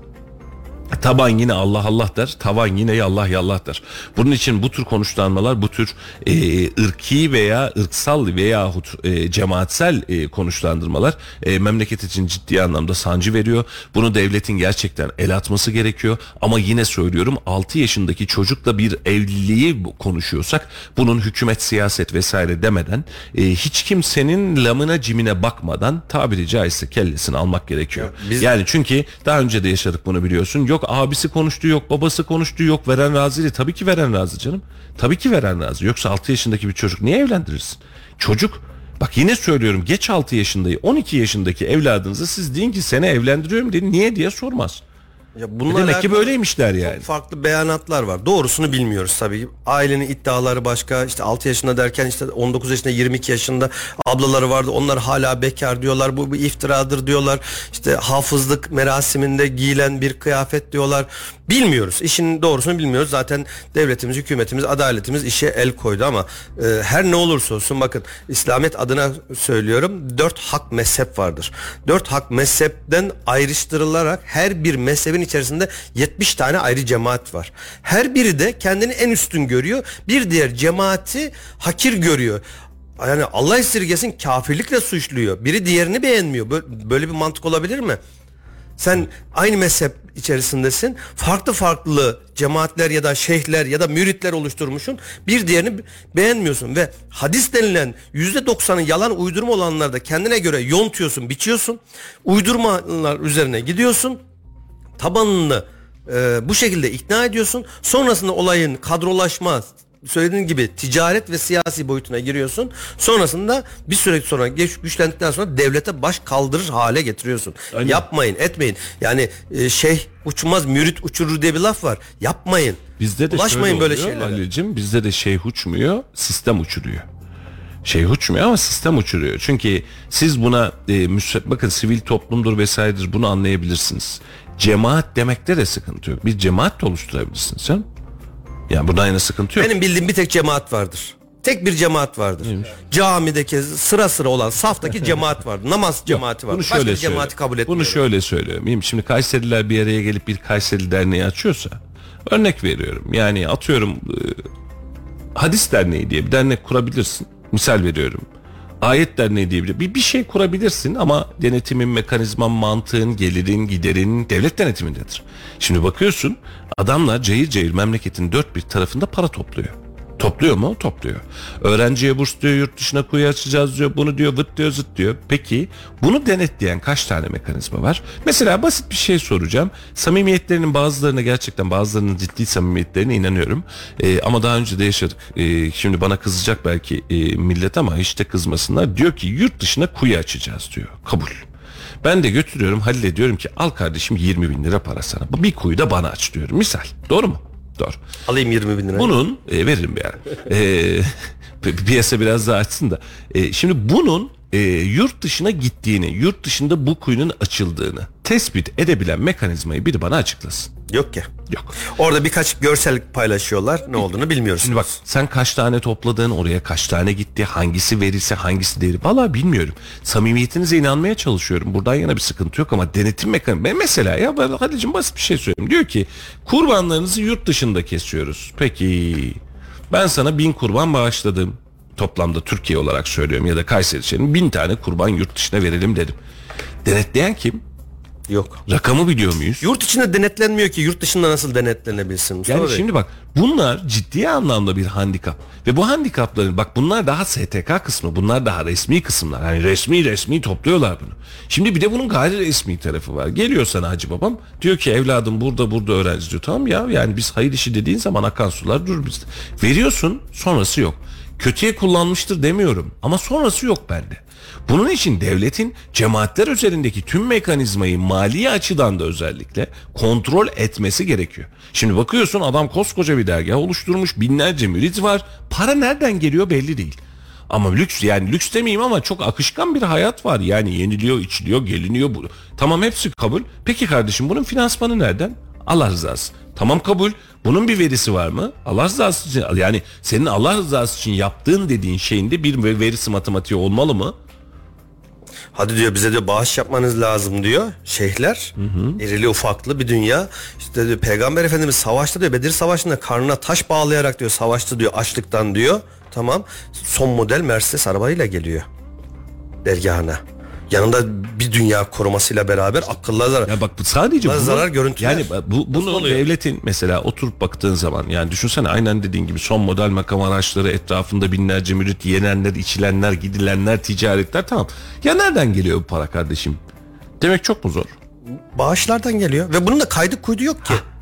Taban yine Allah Allah der, tavan yine yallah yallah der. Bunun için bu tür konuşlanmalar, bu tür e, ırki veya ırksal veyahut e, cemaatsel e, konuşlandırmalar e, memleket için ciddi anlamda sancı veriyor. Bunu devletin gerçekten el atması gerekiyor. Ama yine söylüyorum, altı yaşındaki çocukla bir evliliği konuşuyorsak bunun hükümet, siyaset vesaire demeden e, hiç kimsenin lamına cimine bakmadan tabiri caizse kellesini almak gerekiyor. Ya biz... Yani çünkü daha önce de yaşadık bunu, biliyorsun. Yok abisi konuştu, yok babası konuştu, yok veren razıydı. Tabii ki veren razı canım. Tabii ki veren razı. Yoksa altı yaşındaki bir çocuk niye evlendirirsin? Çocuk, bak yine söylüyorum, geç altı yaşındayı, on iki yaşındaki evladınızı siz deyin ki seni evlendiriyorum deyin, niye diye sormaz. Ya bununla Demek ki alakalı böyleymişler yani. çok farklı beyanatlar var. Doğrusunu bilmiyoruz tabii. Ailenin iddiaları başka. İşte altı yaşında derken işte on dokuz yaşında, yirmi iki yaşında ablaları vardı. Onlar hala bekar diyorlar. Bu bir iftiradır diyorlar. İşte hafızlık merasiminde giyilen bir kıyafet diyorlar. Bilmiyoruz. İşin doğrusunu bilmiyoruz. Zaten devletimiz, hükümetimiz, adaletimiz işe el koydu ama e, her ne olursa olsun bakın, İslamiyet adına söylüyorum, dört hak mezhep vardır. Dört hak mezhepten ayrıştırılarak her bir mezhebin içerisinde yetmiş tane ayrı cemaat var. Her biri de kendini en üstün görüyor. Bir diğer cemaati hakir görüyor. Yani Allah esirgesin, kafirlikle suçluyor. Biri diğerini beğenmiyor. Böyle bir mantık olabilir mi? Sen aynı mezhep içerisindesin. Farklı farklı cemaatler ya da şeyhler ya da müritler oluşturmuşsun. Bir diğerini beğenmiyorsun ve hadis denilen yüzde doksanı yalan, uydurma olanları da kendine göre yontuyorsun, biçiyorsun. Uydurmalar üzerine gidiyorsun. Tabanını e, bu şekilde ikna ediyorsun. Sonrasında olayın kadrolaşma, söylediğin gibi ticaret ve siyasi boyutuna giriyorsun. Sonrasında bir süre sonra geç, güçlendikten sonra devlete baş kaldırır hale getiriyorsun. Aynen. Yapmayın, etmeyin. Yani e, şeyh uçmaz, mürit uçurur diye bir laf var. Yapmayın. Bizde de ulaşmayın böyle şeylere. Ali'cim, bizde de şeyh uçmuyor, sistem uçuruyor. Şeyh uçmuyor ama sistem uçuruyor. Çünkü siz buna e, müs- bakın sivil toplumdur vesairedir, bunu anlayabilirsiniz. Cemaat demekte de sıkıntı yok. Bir cemaat de oluşturabilirsiniz canım. Yani burada aynı sıkıntı yok. Benim bildiğim bir tek cemaat vardır. Tek bir cemaat vardır. Neymiş? Camideki sıra sıra olan saftaki cemaat vardır. Namaz cemaati vardır. Başka bir cemaati kabul etmiyorum. Bunu şöyle söylüyorum. Şimdi Kayseriler bir araya gelip bir Kayseri Derneği açıyorsa, örnek veriyorum. Yani atıyorum e, Hadis Derneği diye bir dernek kurabilirsin. Misal veriyorum. Ayet Derneği diye bir, bir şey kurabilirsin ama denetimin, mekanizman, mantığın, gelirin, giderin devlet denetimindedir. Şimdi bakıyorsun adamlar cayır cayır memleketin dört bir tarafında para topluyor. Topluyor mu? Topluyor. Öğrenciye burs diyor, yurt dışına kuyu açacağız diyor, bunu diyor, vıt diyor, zıt diyor. Peki bunu denetleyen kaç tane mekanizma var? Mesela basit bir şey soracağım. Samimiyetlerinin bazılarına, gerçekten bazılarının ciddi samimiyetlerine inanıyorum. Ee, ama daha önce de yaşadık. Ee, şimdi bana kızacak belki e, millet ama hiç de kızmasınlar. Diyor ki yurt dışına kuyu açacağız diyor. Kabul. Ben de götürüyorum, Halil'e diyorum ki al kardeşim yirmi bin lira para sana. Bir kuyu da bana aç diyorum. Misal. Doğru mu? Doğru. Alayım yirmi bin lira. Bunun e, veririm bir yani. E, piyasa biraz daha açsın da. E, şimdi bunun e, yurt dışına gittiğini, yurt dışında bu kuyunun açıldığını tespit edebilen mekanizmayı biri bana açıklasın. Yok ki. Yok. Orada birkaç görsel paylaşıyorlar. Ne olduğunu bilmiyoruz. Şimdi bak, sen kaç tane topladın, oraya kaç tane gitti, hangisi verirse hangisi değeri, vallahi bilmiyorum. Samimiyetinize inanmaya çalışıyorum. Buradan yana bir sıkıntı yok ama denetim mekanizması. Mesela ya ben Halil'cim basit bir şey söyleyeyim. Diyor ki kurbanlarınızı yurt dışında kesiyoruz. Peki ben sana bin kurban bağışladım. Toplamda Türkiye olarak söylüyorum ya da Kayseri için bin tane kurban yurt dışına verelim dedim. Denetleyen kim? Yok. Rakamı biliyor muyuz? Yurt içinde denetlenmiyor ki, yurt dışında nasıl denetlenebilsin Mustafa Yani Bey? şimdi bak, bunlar ciddi anlamda bir handikap. Ve bu handikapların, bak bunlar daha S T K kısmı, bunlar daha resmi kısımlar. Yani resmi resmi topluyorlar bunu. Şimdi bir de bunun gayri resmi tarafı var. Geliyor sana hacı babam, diyor ki evladım burada burada öğrenci diyor. Tamam ya, yani biz hayır işi dediğin zaman akan sular durur bizde. Veriyorsun, sonrası yok. Kötüye kullanmıştır demiyorum ama sonrası yok bende. Bunun için devletin cemaatler üzerindeki tüm mekanizmayı mali açıdan da özellikle kontrol etmesi gerekiyor. Şimdi bakıyorsun adam koskoca bir dergah oluşturmuş, binlerce mürit var. Para nereden geliyor belli değil. Ama lüks, yani lüks demeyeyim ama çok akışkan bir hayat var. Yani yeniliyor, içiliyor, geliniyor. Tamam, hepsi kabul. Peki kardeşim bunun finansmanı nereden? Allah rızası. Tamam, kabul. Bunun bir verisi var mı? Allah rızası için, yani senin Allah rızası için yaptığın dediğin şeyin de bir verisi, matematiği olmalı mı? Hadi diyor bize diyor bağış yapmanız lazım diyor şeyhler. Hı hı. İrili ufaklı bir dünya. İşte diyor Peygamber Efendimiz savaşta diyor, Bedir Savaşı'nda karnına taş bağlayarak diyor savaştı diyor açlıktan diyor. Tamam. Son model Mercedes arabayla geliyor dergahına. Yanında bir dünya korumasıyla beraber akıllı zarar. Ya bak bu sadece bunu, zarar görüntüler. Yani bu bunu devletin mesela oturup baktığın zaman, yani düşünsene aynen dediğin gibi son model makam araçları, etrafında binlerce mürit, yenenler, içilenler, gidilenler, ticaretler, tamam. Ya nereden geliyor bu para kardeşim? Demek çok mu zor? Bağışlardan geliyor ve bunun da kaydı kuydu yok ki.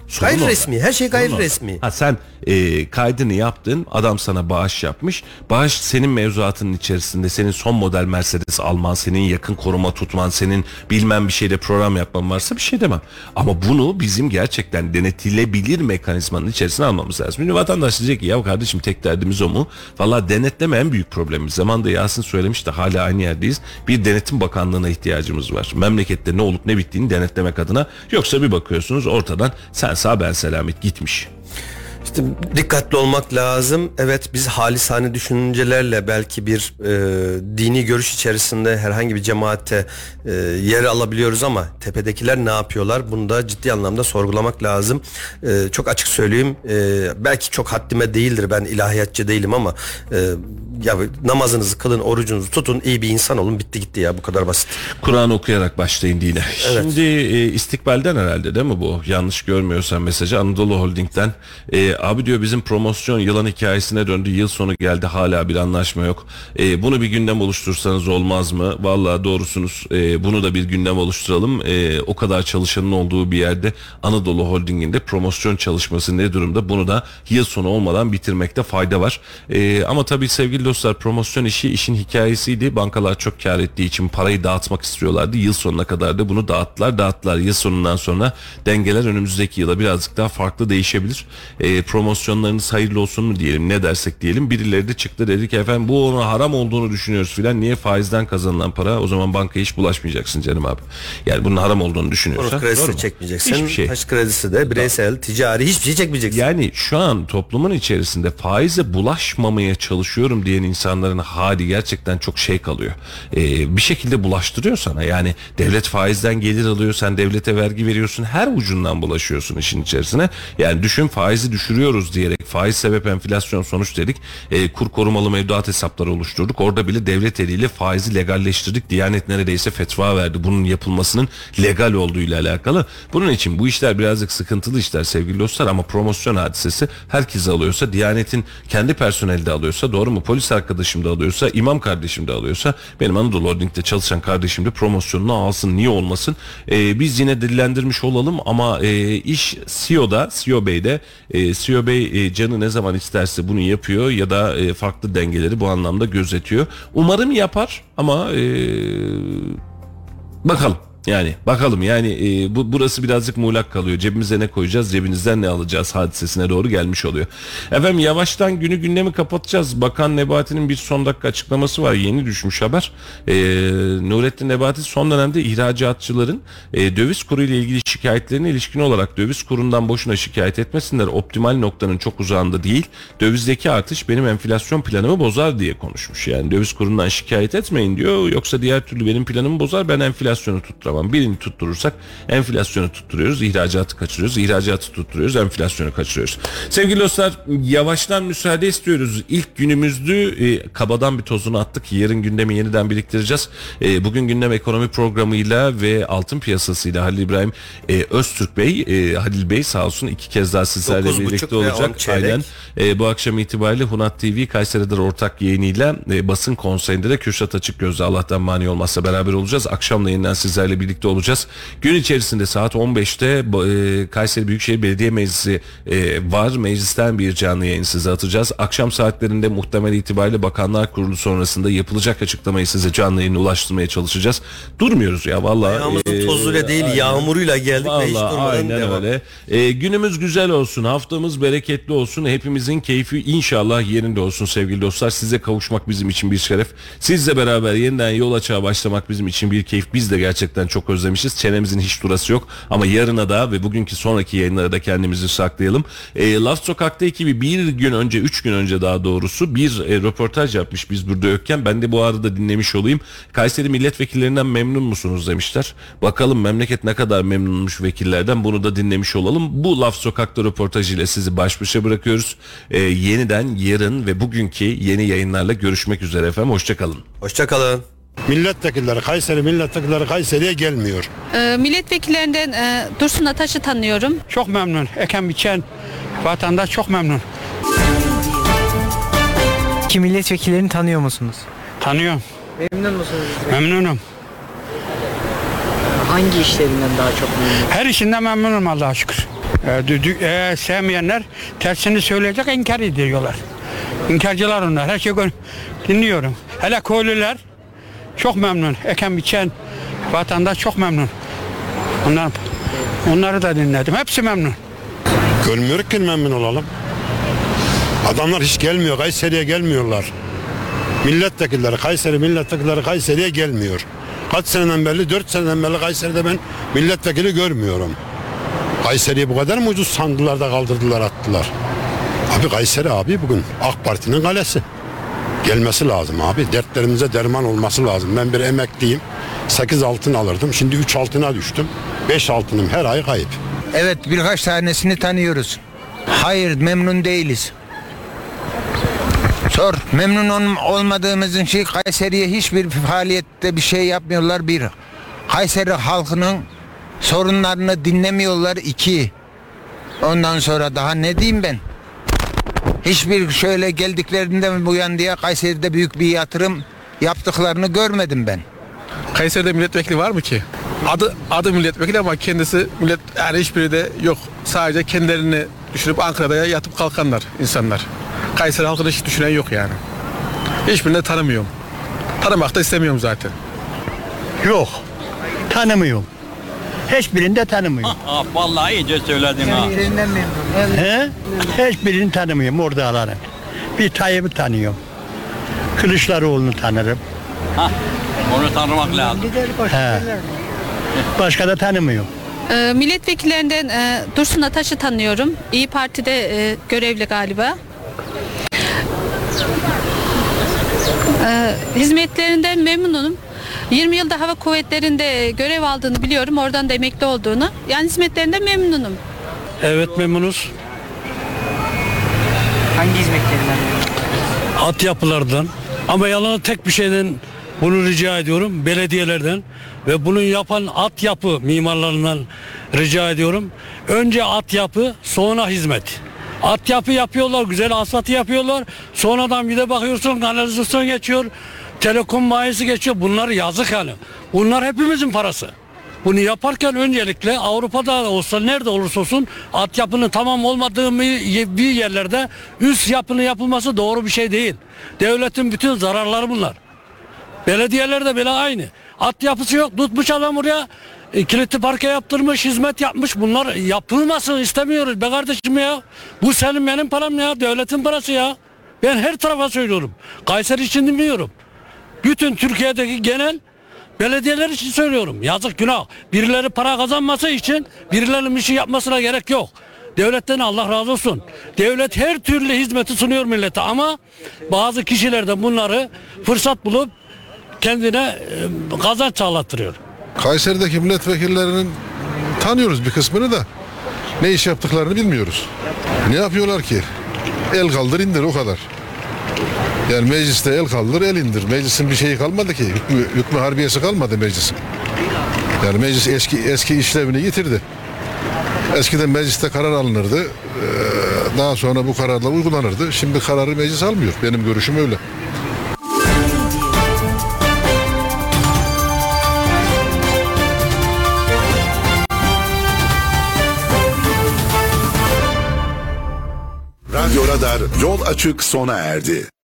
Sorun Gayri orada. resmi, her şey Sorun gayri orada. resmi. Ha sen e, kaydını yaptın, adam sana bağış yapmış. Bağış senin mevzuatının içerisinde, senin son model Mercedes alman, senin yakın koruma tutman, senin bilmem bir şeyde program yapman varsa bir şey demem. Ama bunu bizim gerçekten denetilebilir mekanizmanın içerisine almamız lazım. Şimdi vatandaş diyecek ki ya kardeşim tek derdimiz o mu? Valla denetleme en büyük problemimiz. Zamanında Yasin söylemişti, hala aynı yerdeyiz. Bir denetim bakanlığına ihtiyacımız var. Memlekette ne olup ne bittiğini denetlemek adına. Yoksa bir bakıyorsunuz ortadan sen sağ ben selamet gitmiş. İşte dikkatli olmak lazım. Evet, biz halisane düşüncelerle belki bir e, dini görüş içerisinde herhangi bir cemaatte e, yer alabiliyoruz ama tepedekiler ne yapıyorlar? Bunu da ciddi anlamda sorgulamak lazım. E, çok açık söyleyeyim. E, belki çok haddime değildir. Ben ilahiyatçı değilim ama e, ya namazınızı kılın, orucunuzu tutun, iyi bir insan olun. Bitti gitti ya, bu kadar basit. Kur'an okuyarak başlayın dine. Evet. Şimdi e, istikbalden herhalde değil mi bu? Yanlış görmüyorsam mesajı Anadolu Holding'den. E, abi diyor bizim promosyon yılan hikayesine döndü. Yıl sonu geldi, hala bir anlaşma yok. E, bunu bir gündem oluştursanız olmaz mı? Vallahi doğrusunuz. E, bunu da bir gündem oluşturalım. E, o kadar çalışanın olduğu bir yerde Anadolu Holding'in de promosyon çalışması ne durumda? Bunu da yıl sonu olmadan bitirmekte fayda var. E, ama tabii sevgili dostlar, promosyon işi işin hikayesiydi. Bankalar çok kar ettiği için parayı dağıtmak istiyorlardı. Yıl sonuna kadar da bunu dağıttılar. Dağıttılar. Yıl sonundan sonra dengeler önümüzdeki yıla birazcık daha farklı değişebilir. E, promosyonlarınız hayırlı olsun mu diyelim, ne dersek diyelim. Birileri de çıktı, dedi ki efendim bu ona haram olduğunu düşünüyoruz filan. Niye? Faizden kazanılan para. O zaman bankaya hiç bulaşmayacaksın canım abi. Yani bunun haram olduğunu düşünüyorsan. Konut kredisi de çekmeyeceksin. Hiçbir şey. Taş kredisi de bireysel, ticari hiçbir şey çekmeyeceksin. Yani şu an toplumun içerisinde faize bulaşmamaya çalışıyorum diyen insanların hali gerçekten çok şey kalıyor. Ee, bir şekilde bulaştırıyor sana. Yani devlet faizden gelir alıyor, sen devlete vergi veriyorsun, her ucundan bulaşıyorsun işin içerisine. Yani düşün, faizi düşürüyoruz diyerek, faiz sebep enflasyon sonuç dedik. Ee, kur korumalı mevduat hesapları oluşturduk. Orada bile devlet eliyle faizi legalleştirdik. Diyanet neredeyse fetva verdi bunun yapılmasının legal olduğuyla alakalı. Bunun için bu işler birazcık sıkıntılı işler sevgili dostlar, ama promosyon hadisesi herkes alıyorsa, Diyanet'in kendi personeli de alıyorsa, doğru mu? Polis arkadaşım da alıyorsa, imam kardeşim de alıyorsa, benim Anadolu Holding'de çalışan kardeşim de promosyonunu alsın, niye olmasın? Ee, biz yine dillendirmiş olalım ama e, iş C E O'da, C E O Bey'de, e, C E O Bey e, canı ne zaman isterse bunu yapıyor ya da e, farklı dengeleri bu anlamda gözetiyor. Umarım yapar ama e, bakalım. Yani bakalım yani e, bu burası birazcık muğlak kalıyor. Cebimize ne koyacağız, cebinizden ne alacağız hadisesine doğru gelmiş oluyor. Efendim yavaştan günü gündemi kapatacağız. Bakan Nebati'nin bir son dakika açıklaması var. Yeni düşmüş haber. E, Nurettin Nebati son dönemde ihracatçıların e, döviz kuru ile ilgili şikayetlerine ilişkin olarak döviz kurundan boşuna şikayet etmesinler. Optimal noktanın çok uzağında değil. Dövizdeki artış benim enflasyon planımı bozar diye konuşmuş. Yani döviz kurundan şikayet etmeyin diyor. Yoksa diğer türlü benim planımı bozar, ben enflasyonu tutturamam. Birini tutturursak enflasyonu tutturuyoruz, ihracatı kaçırıyoruz, ihracatı tutturuyoruz, enflasyonu kaçırıyoruz. Sevgili dostlar, yavaştan müsaade istiyoruz. İlk günümüzdü, e, kabadan bir tozunu attık. Yarın gündemi yeniden biriktireceğiz. E, bugün gündem ekonomi programıyla ve altın piyasasıyla Halil İbrahim e, Öztürk Bey, e, Halil Bey sağ olsun iki kez daha sizlerle birlikte olacak. Aynen. E, bu akşam itibariyle Hunat T V Kayseri'de ortak yayınıyla e, basın konseyinde de Kürşat Açıkgöz'le Allah'tan mani olmazsa beraber olacağız. Akşam da yeniden sizlerle birlikte olacağız. Gün içerisinde saat on beşte e, Kayseri Büyükşehir Belediye Meclisi e, var. Meclisten bir canlı yayın size atacağız. Akşam saatlerinde muhtemel itibariyle Bakanlar Kurulu sonrasında yapılacak açıklamayı size canlı yayına ulaştırmaya çalışacağız. Durmuyoruz ya vallahi. Ayağımızın e, tozuyla değil, aynen. yağmuruyla geldik Vallahi, ve hiç durmadan aynen devam. öyle. E, günümüz güzel olsun, haftamız bereketli olsun, hepimizin keyfi inşallah yerinde olsun sevgili dostlar. Size kavuşmak bizim için bir şeref. Sizle beraber yeniden yol açığa başlamak bizim için bir keyif. Biz de gerçekten çok özlemişiz. Çenemizin hiç durası yok ama yarına da ve bugünkü sonraki yayınlara da kendimizi saklayalım. E, Laf Sokak'ta ekibi bir gün önce, üç gün önce daha doğrusu bir e, röportaj yapmış biz burada yokken. Ben de bu arada dinlemiş olayım. Kayseri milletvekillerinden memnun musunuz demişler. Bakalım memleket ne kadar memnunmuş vekillerden, bunu da dinlemiş olalım. Bu Laf Sokak'ta röportajıyla sizi baş başa bırakıyoruz. E, yeniden yarın ve bugünkü yeni yayınlarla görüşmek üzere efendim. Hoşçakalın. Hoşçakalın. Milletvekilleri, Kayseri milletvekilleri Kayseri'ye gelmiyor. Ee, milletvekillerinden e, Dursun Ataş'ı tanıyorum. Çok memnun. Eken biçen vatandaş çok memnun. Ki milletvekillerini tanıyor musunuz? Tanıyorum. Memnun musunuz? Memnunum. Hangi işlerinden daha çok memnun? Her işinden memnunum Allah'a şükür. E, dü- dü- e, sevmeyenler tersini söyleyecek, inkar ediyorlar. İnkarcılar onlar. Her şeyi gö- dinliyorum. Hele köylüler çok memnun. Eken biçen vatandaş çok memnun. Onlar, onları da dinledim. Hepsi memnun. Görmüyoruz ki memnun olalım. Adamlar hiç gelmiyor. Kayseri'ye gelmiyorlar. Milletvekilleri, Kayseri milletvekilleri Kayseri'ye gelmiyor. Kaç seneden beri, dört seneden beri Kayseri'de ben milletvekili görmüyorum. Kayseri'yi bu kadar mı ucuz sandılar da kaldırdılar, attılar. Abi Kayseri abi bugün AK Parti'nin kalesi. Gelmesi lazım abi. Dertlerimize derman olması lazım. Ben bir emekliyim. sekiz altın alırdım. Şimdi üç altına düştüm. beş altınım her ay kayıp. Evet, birkaç tanesini tanıyoruz. Hayır, memnun değiliz. Sor. Memnun ol- olmadığımızın şey, Kayseri'ye hiçbir faaliyette bir şey yapmıyorlar. Bir, Kayseri halkının sorunlarını dinlemiyorlar. İki, ondan sonra daha ne diyeyim ben? Hiçbir şöyle geldiklerinden bu yan diye Kayseri'de büyük bir yatırım yaptıklarını görmedim ben. Kayseri'de milletvekili var mı ki? Adı adı milletvekili ama kendisi millet, yani hiçbiri de yok. Sadece kendilerini düşünüp Ankara'da yatıp kalkanlar insanlar. Kayseri halkını hiç düşünen yok yani. Hiçbirini de tanımıyorum. Tanımak da istemiyorum zaten. Yok. Tanımıyorum. Hiçbirini de tanımıyorum. Ah, vallahi iyice söyledin ha. He? Hiçbirini tanımıyorum oradaların. Bir Tayyip'i tanıyorum. Kılıçdaroğlu'nu tanırım. Ha, onu tanımak lazım. He. Başka da tanımıyorum. E, milletvekillerinden e, Dursun Ataş'ı tanıyorum. İyi Parti'de e, görevli galiba. E, hizmetlerinden memnunum. yirmi yılda hava kuvvetlerinde görev aldığını biliyorum. Oradan da emekli olduğunu. Yani hizmetlerinden memnunum. Evet, memnunuz. Hangi hizmetlerinden? Altyapılardan. Ama yalan tek bir şeyden bunu rica ediyorum. Belediyelerden ve bunu yapan altyapı mimarlarından rica ediyorum. Önce altyapı, sonra hizmet. Altyapı yapıyorlar, güzel asfaltı yapıyorlar. Sonradan bir de bakıyorsun kanalizasyon geçiyor. Telekom mayesi geçiyor. Bunlar yazık yani. Bunlar hepimizin parası. Bunu yaparken öncelikle Avrupa'da olsa nerede olursa olsun altyapının tamam olmadığı bir yerlerde üst yapının yapılması doğru bir şey değil. Devletin bütün zararları bunlar. Belediyeler de böyle aynı. Altyapısı yok, tutmuş adam oraya e, kilitli parke yaptırmış, hizmet yapmış. Bunlar yapılmasın istemiyoruz be kardeşim ya. Bu senin benim param ya, devletin parası ya. Ben her tarafa söylüyorum. Kayseri için demiyorum. Bütün Türkiye'deki genel belediyeler için söylüyorum. Yazık, günah. Birileri para kazanması için birilerinin bir şey yapmasına gerek yok. Devletten Allah razı olsun. Devlet her türlü hizmeti sunuyor millete ama bazı kişiler de bunları fırsat bulup kendine e, kazanç sağlattırıyor. Kayseri'deki milletvekillerinin tanıyoruz bir kısmını da ne iş yaptıklarını bilmiyoruz. Ne yapıyorlar ki? El kaldır indir o kadar. Yani mecliste el kaldır el indir. Meclisin bir şeyi kalmadı ki. Hükmü, hükmü harbiyesi kalmadı meclisin. Yani meclis eski eski işlevini yitirdi. Eskiden mecliste karar alınırdı. Daha sonra bu kararlar uygulanırdı. Şimdi kararı meclis almıyor. Benim görüşüm öyle. Radyo Radar yol açık sona erdi.